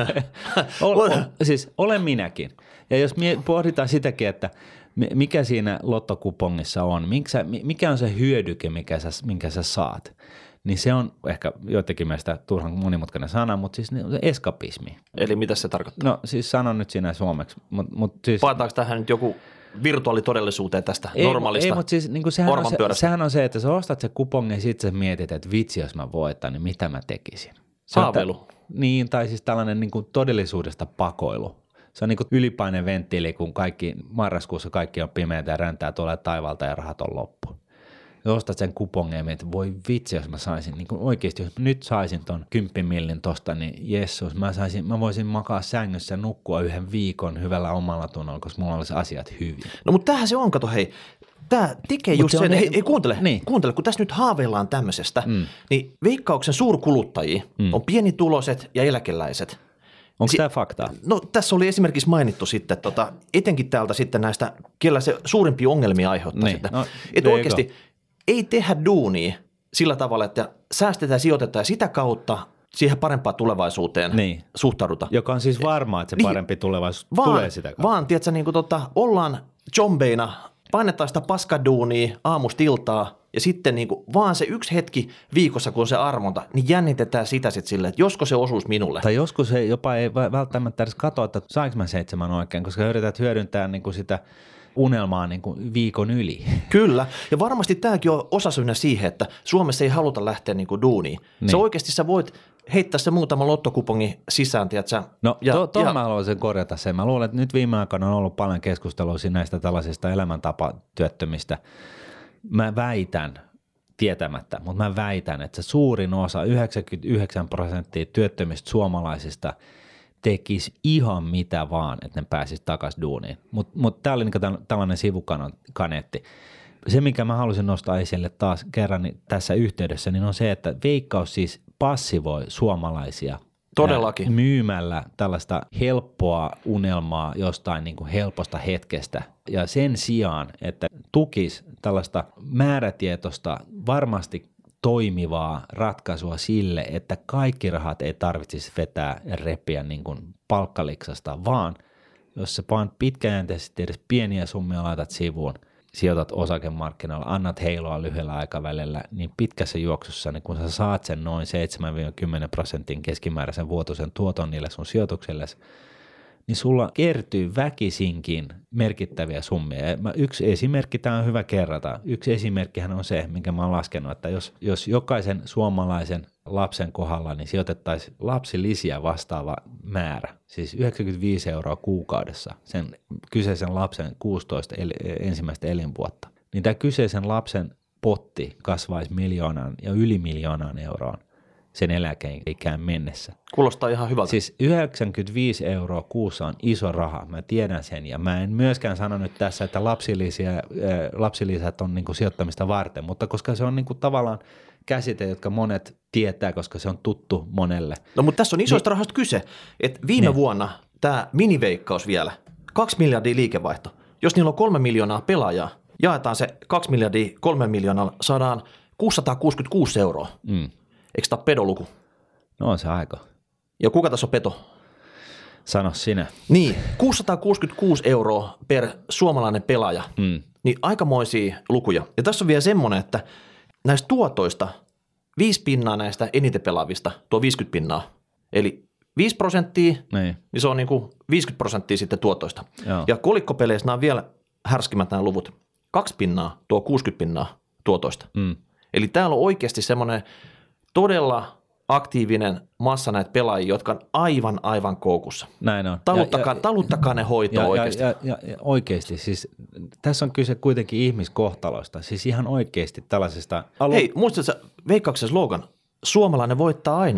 o, o, siis olen minäkin. Ja jos mie, pohditaan sitäkin, että mikä siinä lottokupongissa on, mikä on se hyödyke, mikä sä, minkä sä saat, niin se on ehkä jotenkin meistä turhan monimutkainen sana, mutta siis eskapismi. Eli mitä se tarkoittaa? No siis sanon nyt siinä suomeksi. Mut, mut siis, Paetaanko tähän nyt joku virtuaalitodellisuuteen tästä ei, normaalista ei, mutta siis niin sehän, on se, sehän on se, että sä ostat se kupongin ja sit sä mietit, että vitsi, jos mä voitan, niin mitä mä tekisin. Se Haaveilu. Niin, tai siis tällainen niin kuin todellisuudesta pakoilu. Se on niin kuin ylipaineventtiili, kun kaikki, marraskuussa kaikki on pimeätä ja räntää tulee taivalta ja rahat on loppu. Ja ostat sen kupongin ja mietit, voi vitsi, jos mä saisin, niin kuin oikeasti, jos mä nyt saisin ton kymppimillin tosta, niin jessus, mä, saisin, mä voisin makaa sängyssä ja nukkua yhden viikon hyvällä omalla tunnolla, koska mulla olisi asiat hyvin. No mutta tämähän se on, kato hei, tämä tekee just se sen, on, hei, hei kuuntele, niin. kuuntele, kun tässä nyt haaveillaan tämmöisestä, mm. niin Veikkauksen suurkuluttajia mm. on pienituloiset ja eläkeläiset. Onko si- tämä faktaa? No tässä oli esimerkiksi mainittu sitten, tota, etenkin täältä sitten näistä, kellä se suurimpia ongelmia aiheuttaa niin. sitten. No, että oikeasti ei tehdä duunia sillä tavalla, että säästetään, sijoitetaan ja sitä kautta siihen parempaan tulevaisuuteen niin. suhtaudutaan. Joka on siis varmaa, että se niin, parempi tulevaisuus vaan, tulee sitä kautta. Vaan, tiedätkö, niin kuin tota, ollaan zombeina, painetaan sitä paskaduunia aamusta iltaa ja sitten niin kuin vaan se yksi hetki viikossa, kun on se armonta, niin jännitetään sitä sitten silleen, että josko se osuisi minulle. Tai joskus he jopa ei välttämättä edes katsoa, että saanko mä seitsemän oikein, koska yrität hyödyntää niin kuin sitä unelmaa niin kuin viikon yli. Kyllä, ja varmasti tämäkin on osasyynä siihen, että Suomessa ei haluta lähteä niin kuin duuniin. Niin. Se oikeasti sä voit heittää se muutama lottokupongin sisään, tiedätkö? No ja, to, tuohon ja, mä haluaisin korjata sen. Mä luulen, että nyt viime aikoina on ollut paljon keskustelua näistä tällaisista elämäntapatyöttömistä. Mä väitän, tietämättä, mutta mä väitän, että se suurin osa, yhdeksänkymmentäyhdeksän prosenttia työttömistä suomalaisista tekisi ihan mitä vaan, että ne pääsisi takaisin duuniin. Mutta mut tämä oli niinku tällainen sivukaneetti. Se, mikä mä halusin nostaa esille taas kerran niin tässä yhteydessä, niin on se, että Veikkaus siis passivoi suomalaisia todellakin myymällä tällaista helppoa unelmaa jostain niin kuin helposta hetkestä. Ja sen sijaan, että tukisi tällaista määrätietoista, varmasti toimivaa ratkaisua sille, että kaikki rahat ei tarvitsisi vetää ja repiä niin kuin palkkaliksasta, vaan jos sä vaan pitkäjänteisesti edes pieniä summia laitat sivuun, sijoitat osakemarkkinoilla, annat heiloa lyhyellä aikavälillä, niin pitkässä juoksussa, niin kun sä saat sen noin seitsemästä kymmeneen prosentin keskimääräisen vuotuisen tuoton niille sun sijoituksille, niin sulla kertyy väkisinkin merkittäviä summia. Ja yksi esimerkki, tämä on hyvä kerrata, yksi esimerkkihän on se, minkä mä oon laskenut, että jos, jos jokaisen suomalaisen lapsen kohdalla niin sijoitettaisiin lapsilisiä vastaava määrä, siis yhdeksänkymmentäviisi euroa kuukaudessa sen kyseisen lapsen kuusitoista el, ensimmäistä elinvuotta, niin tämä kyseisen lapsen potti kasvaisi miljoonaan ja yli miljoonaan euroon sen eläkeikään mennessä. Kuulostaa ihan hyvältä. Siis yhdeksänkymmentäviisi euroa kuussa on iso raha, mä tiedän sen, ja mä en myöskään sano nyt tässä, että lapsilisiä, lapsilisät on niin kuin sijoittamista varten, mutta koska se on niin kuin tavallaan käsite, jotka monet tietää, koska se on tuttu monelle. No mutta tässä on isoista niin, rahasta kyse, että viime niin. vuonna tämä miniveikkaus vielä, kaksi miljardia liikevaihto, jos niillä on kolme miljoonaa pelaajaa, jaetaan se kaksi miljardia kolme miljoonaa, saadaan kuusisataakuusikymmentäkuusi euroa. Mm. Eikö tämä ole pedoluku? No on se aika. Ja kuka tässä on peto? Sano sinä. Niin, kuusisataakuusikymmentäkuusi euroa per suomalainen pelaaja. Mm. Niin aikamoisia lukuja. Ja tässä on vielä semmoinen, että näistä tuotoista viisi pinnaa näistä eniten pelaavista tuo viisikymmentä pinnaa. Eli viisi prosenttia, niin, niin se on niin kuin viisikymmentä prosenttia sitten tuotoista. Joo. Ja kolikkopeleissä nämä on vielä härskimmät nämä luvut. Kaksi pinnaa tuo kuusikymmentä pinnaa tuotoista. Mm. Eli täällä on oikeasti semmoinen todella aktiivinen massa näitä pelaajia, jotka on aivan, aivan koukussa. Näin on. Taluttakaa, ja, ja, taluttakaa ne hoitoon ja, oikeasti. Ja, ja, ja oikeasti, siis tässä on kyse kuitenkin ihmiskohtaloista, siis ihan oikeasti tällaisesta. Alu... Hei, muistatko Veikkauksen slogan, suomalainen voittaa aina.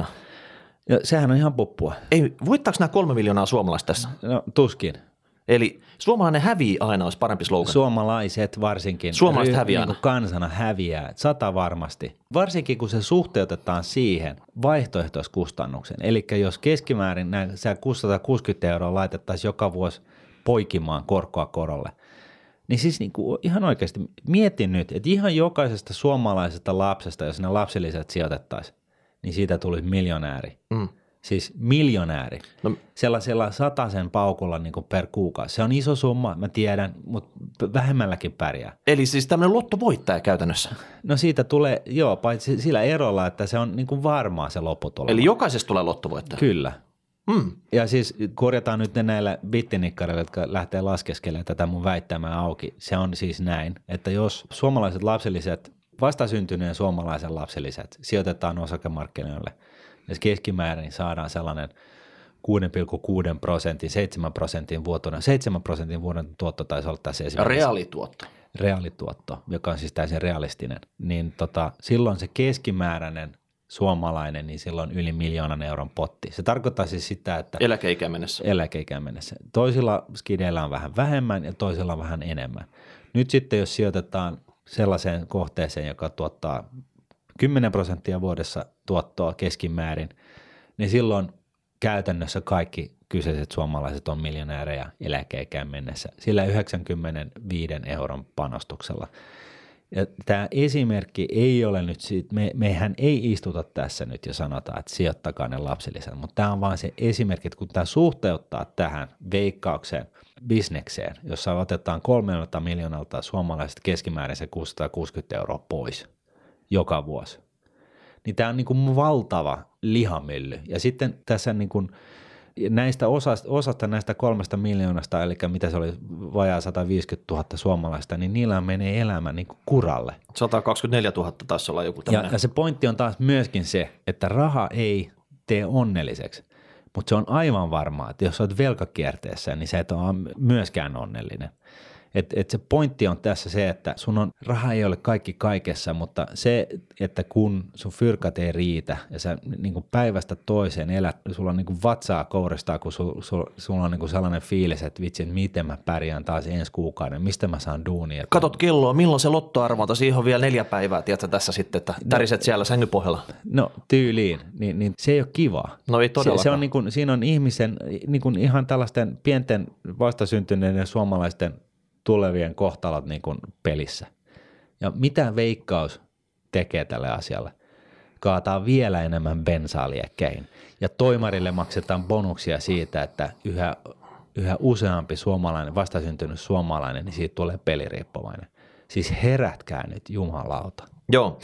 Ja sehän on ihan puppua. Ei, voittaako nämä kolme miljoonaa suomalaista tässä? No tuskin. Eli suomalainen häviää aina, olisi parempi slogan. Suomalaiset varsinkin. Suomalaiset häviää niin kansana häviää, sata varmasti. Varsinkin kun se suhteutetaan siihen vaihtoehtoiskustannukseen. Eli jos keskimäärin se kuusisataakuusikymmentä euroa laitettaisiin joka vuosi poikimaan korkoa korolle, niin siis niin kuin ihan oikeasti mietin nyt, että ihan jokaisesta suomalaisesta lapsesta, jos ne lapsilisät sijoitettaisiin, niin siitä tuli miljonääri. Mm. Siis miljonääri. No, sellaisella sataisen paukulla niin kuin per kuukausi. Se on iso summa, mä tiedän, mutta vähemmälläkin pärjää. Eli siis tämmöinen lottovoittaja käytännössä? No siitä tulee, joo, paitsi sillä erolla, että se on niin kuin varmaa se lopputulema. Eli jokaisesta tulee lottovoittaja? Kyllä. Mm. Ja siis korjataan nyt ne näillä bittinikkareilla, jotka lähtee laskeskelemaan tätä mun väittämää auki. Se on siis näin, että jos suomalaiset lapsilisät, vastasyntyneen suomalaisen lapsilisät sijoitetaan osakemarkkinoille, ja keskimäärin saadaan sellainen kuusi pilkku kuusi prosentin, seitsemän prosentin vuotona, seitsemän prosentin vuoden tuotto taisi olla tässä esimerkiksi. Reaalituotto. Reaalituotto, joka on siis täysin realistinen. Niin tota, silloin se keskimääräinen suomalainen, niin silloin yli miljoonan euron potti. Se tarkoittaa siis sitä, että eläkeikään mennessä. Eläkeikään mennessä. Toisilla skideillä on vähän vähemmän ja toisilla on vähän enemmän. Nyt sitten jos sijoitetaan sellaiseen kohteeseen, joka tuottaa kymmenen prosenttia vuodessa tuottoa keskimäärin, niin silloin käytännössä kaikki kyseiset suomalaiset on miljonäärejä eläkeikään mennessä sillä yhdeksänkymmentäviisi euron panostuksella. Ja tämä esimerkki ei ole nyt siitä, me, mehän ei istuta tässä nyt ja sanotaan, että sijoittakaa ne lapsilisät, mutta tämä on vaan se esimerkki, että kun tämä suhteuttaa tähän Veikkaukseen, bisnekseen, jossa otetaan kolmelta miljoonalta suomalaiset keskimäärin se kuusisataakuusikymmentä euroa pois joka vuosi, niin tämä on niin kuin valtava lihamylly. Ja sitten tässä niin kuin näistä osasta, osasta näistä kolmesta miljoonasta, eli mitä se oli vajaa sata viisikymmentätuhatta suomalaista, niin niillä menee elämä niin kuin kuralle. sata kaksikymmentäneljätuhatta taisi olla joku tämmöinen. Ja, ja se pointti on taas myöskin se, että raha ei tee onnelliseksi, mutta se on aivan varmaa, että jos olet velkakierteessä, niin se et ole myöskään onnellinen. Et, et se pointti on tässä se, että sun on, raha ei ole kaikki kaikessa, mutta se, että kun sun fyrkat ei riitä ja sä niin kuin päivästä toiseen elät, sulla on niin kuin vatsaa kouristaa, kun sul, sul, sulla on niin kuin sellainen fiilis, että vitsi, että miten mä pärjään taas ensi kuukauden, mistä mä saan duunia. Katot kelloa, milloin se lottoarvonta, siihen on vielä neljä päivää, tiedätkö tässä sitten, että täriset no, siellä sängypohjalla. No tyyliin, niin, niin se ei ole kivaa. No ei todellakaan. Se, se on niin kuin, siinä on ihmisen, niin kuin ihan tällaisten pienten vastasyntyneiden suomalaisten tulevien kohtalot niin kuin pelissä. Ja mitä Veikkaus tekee tälle asialle? Kaataa vielä enemmän bensaa liekkeihin. Ja toimarille maksetaan bonuksia siitä, että yhä, yhä useampi suomalainen, vastasyntynyt suomalainen, niin siitä tulee peliriippuvainen. Siis herätkää nyt, jumalauta. Joo.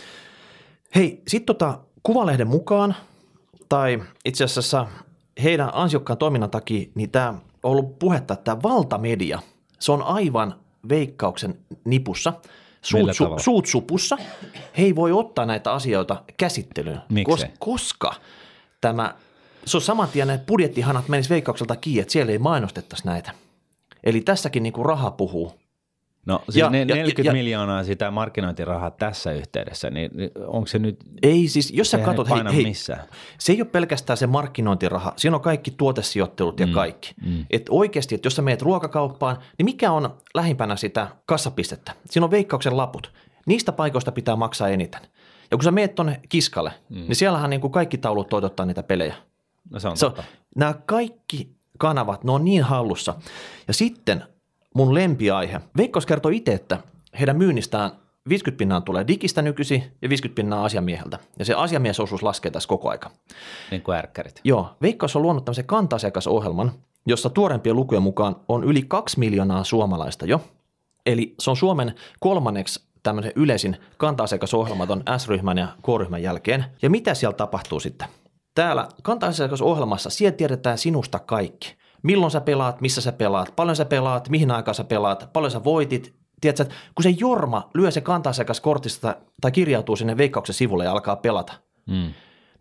Hei, sitten tota, Kuvalehden mukaan, tai itse asiassa heidän ansiokkaan toiminnan takia, niin tämä on ollut puhetta, että valtamedia, se on aivan Veikkauksen nipussa, suut, su, suut supussa. He ei voi ottaa näitä asioita käsittelyyn, kos, koska tämä, se on saman tien ne budjettihanat menis Veikkaukselta kiinni, että siellä ei mainostettaisi näitä. Eli tässäkin niin kuin raha puhuu. No siis ja, ne neljäkymmentä ja, miljoonaa sitä markkinointirahaa tässä yhteydessä, niin onko se nyt, ei siis, jos sä katsot, hei, hei, missään. Se ei ole pelkästään se markkinointiraha, siinä on kaikki tuotesijoittelut ja mm, kaikki. Mm. Että oikeasti, että jos sä meet ruokakauppaan, niin mikä on lähimpänä sitä kassapistettä? Siinä on Veikkauksen laput, niistä paikoista pitää maksaa eniten. Ja kun sä meet tonne kiskalle, mm. niin siellähän niin kuin kaikki taulut toitottaa niitä pelejä. No se on so, totta. Nämä kaikki kanavat, ne on niin hallussa. Ja sitten mun lempiaihe. Veikkaus kertoo itse, että heidän myynnistään viisikymmentä pinnaa tulee digistä nykyisin ja viisikymmentä pinnaa asiamieheltä. Ja se asiamiesosuus laskee tässä koko aika. Niin kuin ärkkärit. Joo. Veikkaus on luonut tämmöisen kanta-asiakasohjelman, jossa tuorempien lukujen mukaan on yli kaksi miljoonaa suomalaista jo. Eli se on Suomen kolmanneksi tämmöisen yleisin kanta-asiakasohjelma ton S-ryhmän ja K-ryhmän jälkeen. Ja mitä siellä tapahtuu sitten? Täällä kanta-asiakasohjelmassa siellä tiedetään sinusta kaikki. Milloin sä pelaat, missä sä pelaat, paljon sä pelaat, mihin aikaan sä pelaat, paljon sä voitit. Tiedätkö, että kun se Jorma lyö se kanta-asiakaskortista tai kirjautuu sinne Veikkauksen sivulle ja alkaa pelata, mm.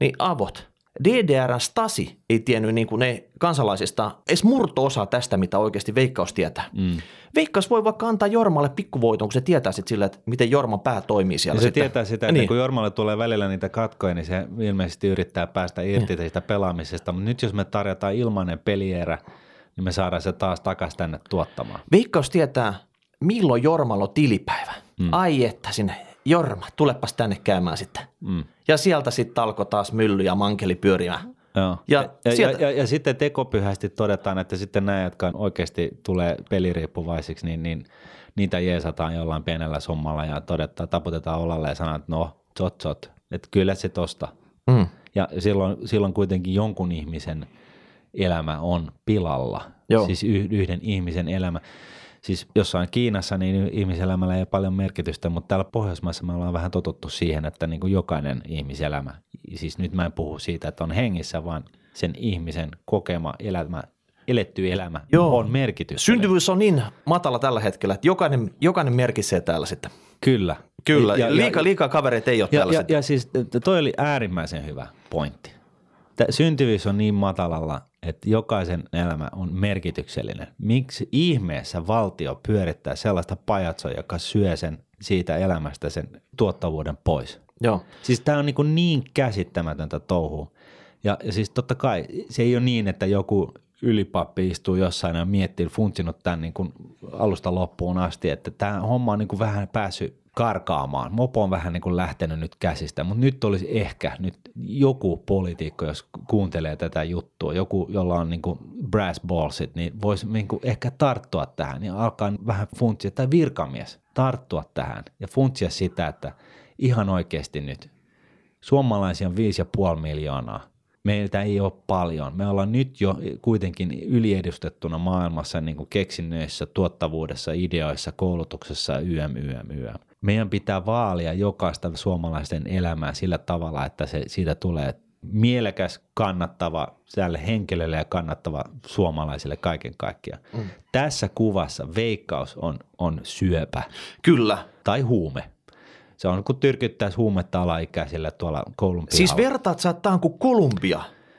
niin avot. D D R:n Stasi ei tiennyt niin kuin ne kansalaisista edes murto-osaa tästä, mitä oikeasti Veikkaus tietää. Mm. Veikkaus voi vaikka antaa Jormalle pikkuvoiton, kun se tietää sitten sillä, että miten Jorman pää toimii siellä. Ja se sitten. tietää sitä, että niin. kun Jormalle tulee välillä niitä katkoja, niin se ilmeisesti yrittää päästä irti siitä pelaamisesta. Mutta nyt jos me tarjotaan ilmainen pelierä, niin me saadaan se taas takaisin tänne tuottamaan. Veikkaus tietää, milloin Jormalla on tilipäivä. Mm. Ai että sinne, Jorma, tulepas tänne käymään sitten. Mm. Ja sieltä sitten alkoi taas mylly ja mankeli pyörimään. Joo. Ja, ja, sieltä... ja, ja, ja sitten tekopyhästi todetaan, että sitten nämä, jotka oikeasti tulee peliriippuvaisiksi, niin, niin niitä jeesataan jollain pienellä summalla ja todetaan, taputetaan olalle ja sanotaan, että no, zot zot, että kyllä se tosta. Mm. Ja silloin, silloin kuitenkin jonkun ihmisen elämä on pilalla, Joo. siis yhden ihmisen elämä. Siis jossain Kiinassa niin ihmiselämällä ei ole paljon merkitystä, mutta täällä Pohjoismaissa me ollaan vähän totuttu siihen, että niin kuin jokainen ihmiselämä, siis nyt mä en puhu siitä, että on hengissä, vaan sen ihmisen kokema elämä, eletty elämä Joo. on merkitystä. Syntyvyys on niin matala tällä hetkellä, että jokainen, jokainen merkitsee täällä sitten. Kyllä. Kyllä, ja, liika, ja, liikaa kavereita ei ole ja, täällä ja, sitten. Ja siis toi oli äärimmäisen hyvä pointti. Syntyvyys on niin matalalla, että jokaisen elämä on merkityksellinen. Miksi ihmeessä valtio pyörittää sellaista pajatsoa, joka syö sen siitä elämästä sen tuottavuuden pois? Joo. Siis tämä on niin, niin käsittämätöntä touhua. Ja, ja siis totta kai se ei ole niin, että joku ylipappi istuu jossain ja miettii, funtsinut tämän niin kuin alusta loppuun asti, että tämä homma on niin kuin vähän päässyt karkaamaan. Mopo on vähän niin kuin lähtenyt nyt käsistä, mutta nyt olisi ehkä nyt joku poliitikko, jos kuuntelee tätä juttua, joku, jolla on niin kuin brass ballsit, niin voisi niin kuin ehkä tarttua tähän ja alkaa vähän funtsia, tai virkamies tarttua tähän ja funtsia sitä, että ihan oikeasti nyt suomalaisia on viisi ja puoli miljoonaa. Meiltä ei ole paljon. Me ollaan nyt jo kuitenkin yliedustettuna maailmassa niin kuin keksinnöissä, tuottavuudessa, ideoissa, koulutuksessa, ym, ym, ym. Meidän pitää vaalia jokaista suomalaisten elämää sillä tavalla, että se, siitä tulee mielekäs, kannattava tälle henkilölle ja kannattava suomalaisille kaiken kaikkiaan. Mm. Tässä kuvassa Veikkaus on, on syöpä. Kyllä. Tai huume. Se on kun tyrkyttäisi huumetta alaikäisille tuolla koulun pihalla. Siis vertaat sä, että tämä on kuin Kolumbia.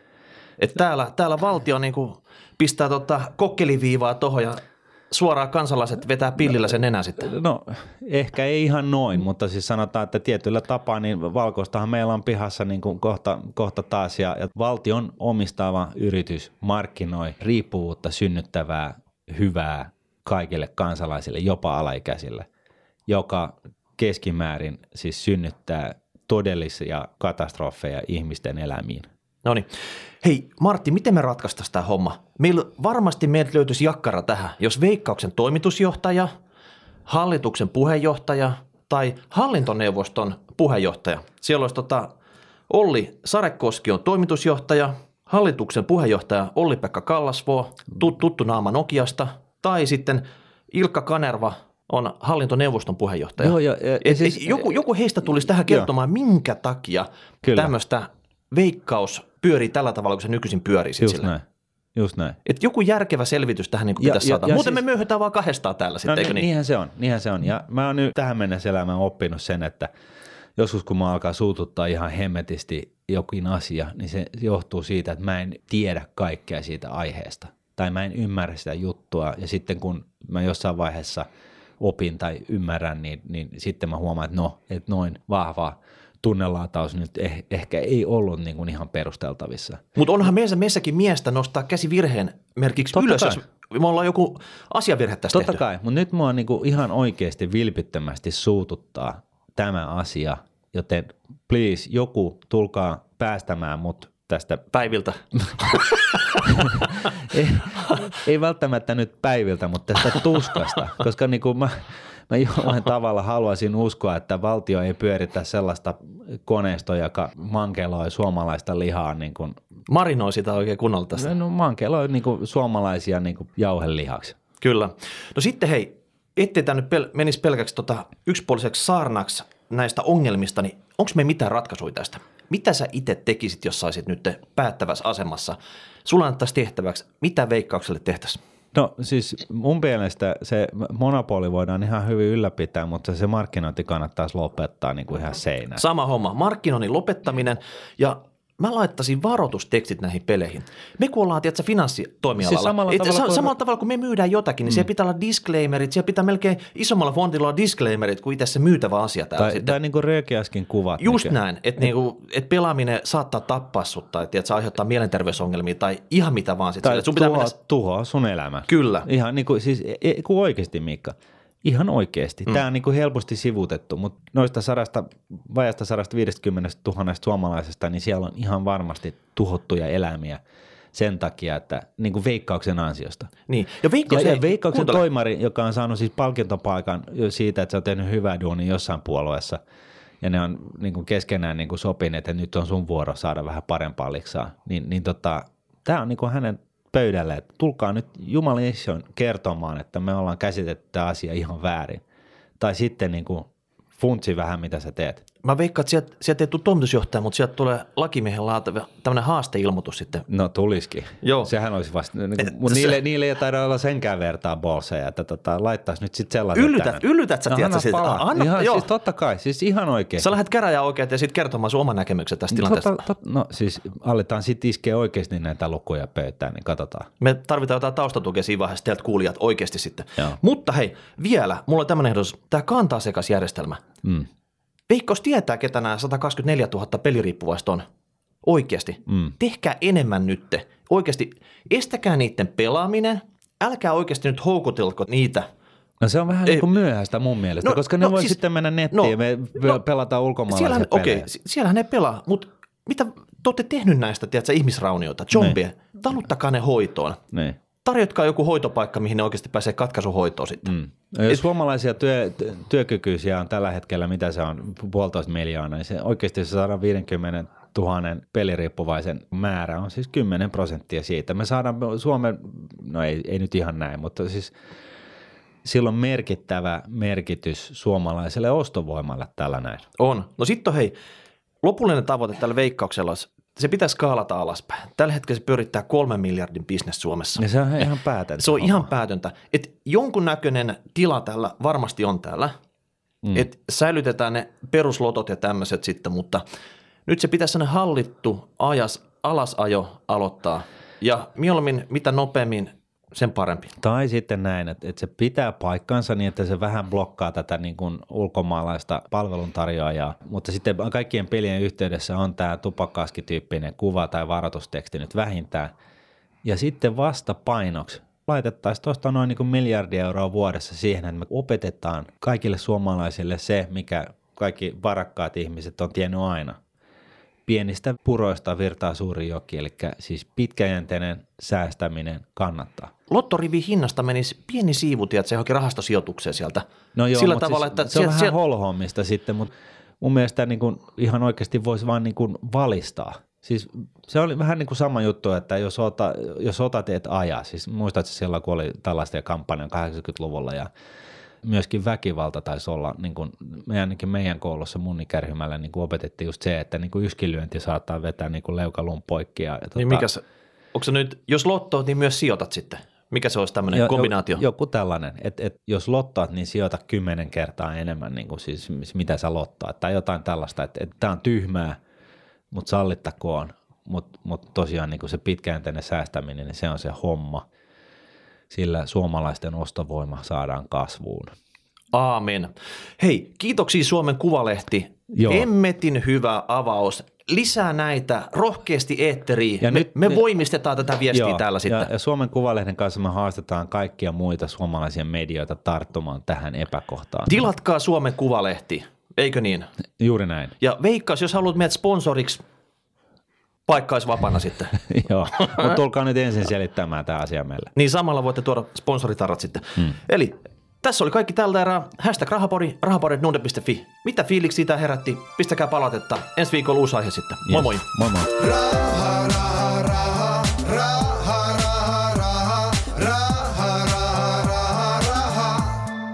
Että täällä, täällä valtio niin kuin pistää tota kokkeliviivaa tuohon ja suoraan kansalaiset vetää pillillä sen enää sitten. No ehkä ei ihan noin, mutta siis sanotaan, että tietyllä tapaa niin valkoistahan meillä on pihassa niin kuin kohta, kohta taas. Ja, ja valtion omistava yritys markkinoi riippuvuutta synnyttävää hyvää kaikille kansalaisille, jopa alaikäisille, joka keskimäärin siis synnyttää todellisia katastrofeja ihmisten elämiin. No niin. Hei Martti, miten me ratkaistaisiin tämä homma? Meillä varmasti meiltä löytyisi jakkara tähän, jos Veikkauksen toimitusjohtaja, hallituksen puheenjohtaja tai hallintoneuvoston puheenjohtaja. Siellä olisi tota Olli Sarekoski on toimitusjohtaja, hallituksen puheenjohtaja Olli-Pekka Kallasvuo, tut, tuttu naama Nokiasta, tai sitten Ilkka Kanerva on hallintoneuvoston puheenjohtaja. Joo, ja, ja, et, siis, et joku, joku heistä tulisi tähän kertomaan, joo. minkä takia Kyllä. tämmöistä Veikkaus pyörii tällä tavalla, kun se nykyisin pyörii. Just sillä. näin. Just näin. Et joku järkevä selvitys tähän niin pitäisi saada. Muuten siis, me möyhätään vaan kahdestaan täällä sitten, no, eikö niin? Niinhän se on, niinhän se on. Ja mä oon nyt tähän mennessä elämään oppinut sen, että joskus kun mä alkaa suututtaa ihan hemmetisti jokin asia, niin se johtuu siitä, että mä en tiedä kaikkea siitä aiheesta. Tai mä en ymmärrä sitä juttua. Ja sitten kun mä jossain vaiheessa opin tai ymmärrän, niin, niin sitten mä huomaan, että no, että noin vahva tunnelataus nyt eh, ehkä ei ollut niin kuin ihan perusteltavissa. Mutta onhan meissä, meissäkin miestä nostaa käsi virheen merkiksi Totta ylös, kai. jos me ollaan joku asiavirhe tästä Totta tehty. kai, mutta nyt mua niin kuin ihan oikeasti vilpittömästi suututtaa tämä asia, joten please joku tulkaa päästämään mut tästä päiviltä. ei, ei välttämättä nyt päiviltä, mutta tästä tuskasta, koska niin kuin mä, mä jollain tavalla haluaisin uskoa, että valtio ei pyöritä sellaista koneistoa, joka mankeloi suomalaista lihaa. Niin kuin, marinoi sitä oikein kunnolla tästä. No mankeloi niin kuin suomalaisia niin kuin jauhelihaksi. Kyllä. No sitten hei, ettei tämä nyt pel- menisi pelkäksi tota yksipuoliseksi saarnaksi näistä ongelmista, niin onko me mitään ratkaisuja tästä? Mitä sä itse tekisit, jos saisit nyt päättävässä asemassa? Sulla annettaisiin tehtäväksi, mitä Veikkaukselle tehtäisiin? No siis mun mielestä se monopoli voidaan ihan hyvin ylläpitää, mutta se markkinointi kannattaisi lopettaa niin kuin ihan seinään. Sama homma, markkinoinnin lopettaminen ja mä laittaisin varoitustekstit näihin peleihin. Me kun ollaan, tiedätkö, finanssitoimialalla, Siis samalla, et, tavalla, sa- kun... samalla tavalla kun me myydään jotakin, niin mm. siellä pitää olla disclaimerit, siellä pitää melkein isommalla fontilla olla disclaimerit kuin itse se myytävä asia täällä. Tai, tai niin kuin Röökiäskin kuvat. Just mikä... näin, että niinku, et pelaaminen saattaa tappaa sut tai että se aiheuttaa mielenterveysongelmia tai ihan mitä vaan. Sit tai sille. Sun pitää tuhoa, mennä... tuhoa sun elämä. Kyllä. Ihan niin kuin, siis e, kun oikeasti, Mikka. Ihan oikeasti. Mm. Tämä on niin kuin helposti sivutettu, mutta noista sadasta, vajasta sadasta viidestäkymmenestä tuhannesta suomalaisesta, niin siellä on ihan varmasti tuhottuja eläimiä sen takia, että niin kuin Veikkauksen ansiosta. Niin. Ja, Veikkaus, ja, hei, ja Veikkauksen kuuntele. toimari, joka on saanut siis palkintopaikan siitä, että se on tehnyt hyvää duunia jossain puolueessa, ja ne on niin kuin keskenään niin kuin sopineet, että nyt on sun vuoro saada vähän parempaa liksaa, niin, niin tota, tämä on niin kuin hänen pöydälle, että tulkaa nyt jumalation kertomaan, että me ollaan käsitetty tämä asia ihan väärin. Tai sitten niin kuin funtsi vähän, mitä sä teet. Mä veikkaan, että sieltä, sieltä ei tule toimitusjohtaja, mutta sieltä tulee lakimiehen laatava tämmöinen haasteilmoitus sitten. No tulisikin. Joo. Sehän olisi vasta, niin mutta niille, niille ei taida olla senkään vertaa bolseja, että tota, laittaisi nyt sitten sellaisen Yllytät, tähän. yllytät sä, no, tiedätkö? Anna palaa. Anna, ihan, joo. siis totta kai, siis ihan oikein. Sä lähdet käräjään oikein ja sitten kertomaan sun oman näkemyksen tästä tilanteesta. Totta, totta, no siis aletaan sitten iskeä oikeasti näitä lukuja pöytään, niin katsotaan. Me tarvitaan jotain taustatukea siinä vaiheessa teiltä kuulijat oikeasti sitten. Joo. Mutta hei, vielä, mulla on tämmöinen ehdotus, tämä kanta-asiakasjärjestelmä. Mm. Veikkaus tietää, ketä nämä sata kaksikymmentäneljätuhatta peliriippuvaista on. Oikeasti. Mm. Tehkää enemmän nytte. Oikeasti estäkää niiden pelaaminen. Älkää oikeasti nyt houkutelko niitä. No se on vähän Ei, niin kuin myöhäistä mun mielestä, no, koska ne no, voi siis, sitten mennä nettiin no, ja me no, pelataan ulkomaalaiset siellähän, pelejä. okei, siellähän ne pelaa, mutta mitä te olette tehnyt näistä, tiedätkö, ihmisraunioita, zombie, taluttakaa ne hoitoon. Niin. Tarjotkaa joku hoitopaikka, mihin ne oikeasti pääsee katkaisuhoitoon sitten. Mm. Jos suomalaisia työ, työkykyisiä on tällä hetkellä, mitä se on, puolitoista miljoonaa, niin se oikeasti se sata viisikymmentätuhatta peliriippuvaisen määrä on siis kymmenen prosenttia siitä. Me saadaan Suomen, no ei, ei nyt ihan näin, mutta siis sillä on merkittävä merkitys suomalaiselle ostovoimalle tällä näin. On. No sitten on hei, lopullinen tavoite tällä Veikkauksella olisi, se pitää skaalata alaspäin. Tällä hetkellä se pyörittää kolmen miljardin bisnes Suomessa. Ja se on ihan päätöntä. Se on ihan päätöntä. Että jonkunnäköinen tila tällä varmasti on täällä. Mm. Että säilytetään ne peruslotot ja tämmöiset sitten, mutta nyt se pitäisi sellainen hallittu ajas, alasajo aloittaa. Ja mieluummin mitä nopeammin, sen parempi. Tai sitten näin, että, että se pitää paikkansa niin, että se vähän blokkaa tätä niin kuin ulkomaalaista palveluntarjoajaa, mutta sitten kaikkien pelien yhteydessä on tämä tupakkaskityyppinen kuva tai varoitusteksti nyt vähintään. Ja sitten vasta painoksi laitettaisiin tuosta noin niin kuin miljardi euroa vuodessa siihen, että me opetetaan kaikille suomalaisille se, mikä kaikki varakkaat ihmiset on tiennyt aina. Pienistä puroista virtaa suuri joki, eli siis pitkäjänteinen säästäminen kannattaa. Lottorivi hinnasta menisi pieni siivu, että se johonkin rahastosijoitukseen sieltä. No joo, sillä mutta tavalla, siis että se on sieltä, vähän sieltä... holhoamista sitten, mutta mun mielestä niin kuin ihan oikeasti voisi vaan niin kuin valistaa. Siis se oli vähän niin kuin sama juttu, että jos, ota, jos otat et aja, siis muistatko silloin, kun oli tällaista kampanjan kahdeksankymmentäluvulla ja myöskin väkivalta taisi olla, niin kuin me ainakin meidän koulussa mun ikäryhmällä niin kuin opetettiin just se, että niin kuin yskilyönti saattaa vetää niin kuin leukaluun poikki. Ja, ja niin tota, mikäs, onko se nyt, jos lottoot, niin myös sijoitat sitten? Mikä se olisi tämmöinen jo, kombinaatio? Joku tällainen, että et jos lottaat, niin sijoita kymmenen kertaa enemmän, niin kuin siis mitä sä lottaat, tai jotain tällaista, että et, tämä on tyhmää, mutta sallittakoon, mutta mut tosiaan niin kuin se pitkäjänteinen säästäminen, niin se on se homma. Sillä suomalaisten ostovoima saadaan kasvuun. Aamen. Hei, kiitoksia Suomen Kuvalehti. Joo. Hemmetin hyvä avaus. Lisää näitä rohkeasti eetteriin. Ja me, nyt, me voimistetaan tätä viestiä joo, täällä sitten. Ja, ja Suomen Kuvalehden kanssa me haastetaan kaikkia muita suomalaisia medioita tarttumaan tähän epäkohtaan. Tilatkaa Suomen Kuvalehti, eikö niin? Juuri näin. Ja Veikkaus, jos haluat meidät sponsoriksi, paikka olisi vapaana sitten. Joo, mutta tulkaa nyt ensin selittämään tämä asia meille. Niin samalla voitte tuoda sponsoritarrat sitten. Hmm. Eli tässä oli kaikki tältä erää. Hashtag rahapori, rahapori piste nuude piste fi. Mitä fiiliksi siitä herätti? Pistäkää palautetta. Ensi viikolla uusi aihe sitten. Moi Yes. moi. Moi moi. Raha, raha, raha, raha, raha, raha, raha, raha, raha.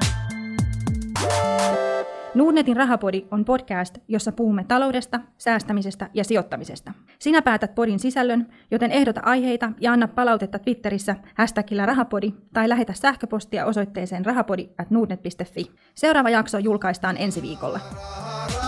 Nordnetin Rahapodi on podcast, jossa puhumme taloudesta, säästämisestä ja sijoittamisesta. Sinä päätät podin sisällön, joten ehdota aiheita ja anna palautetta Twitterissä hashtagillä rahapodi tai lähetä sähköpostia osoitteeseen rahapodi at nordnet piste fi. Seuraava jakso julkaistaan ensi viikolla.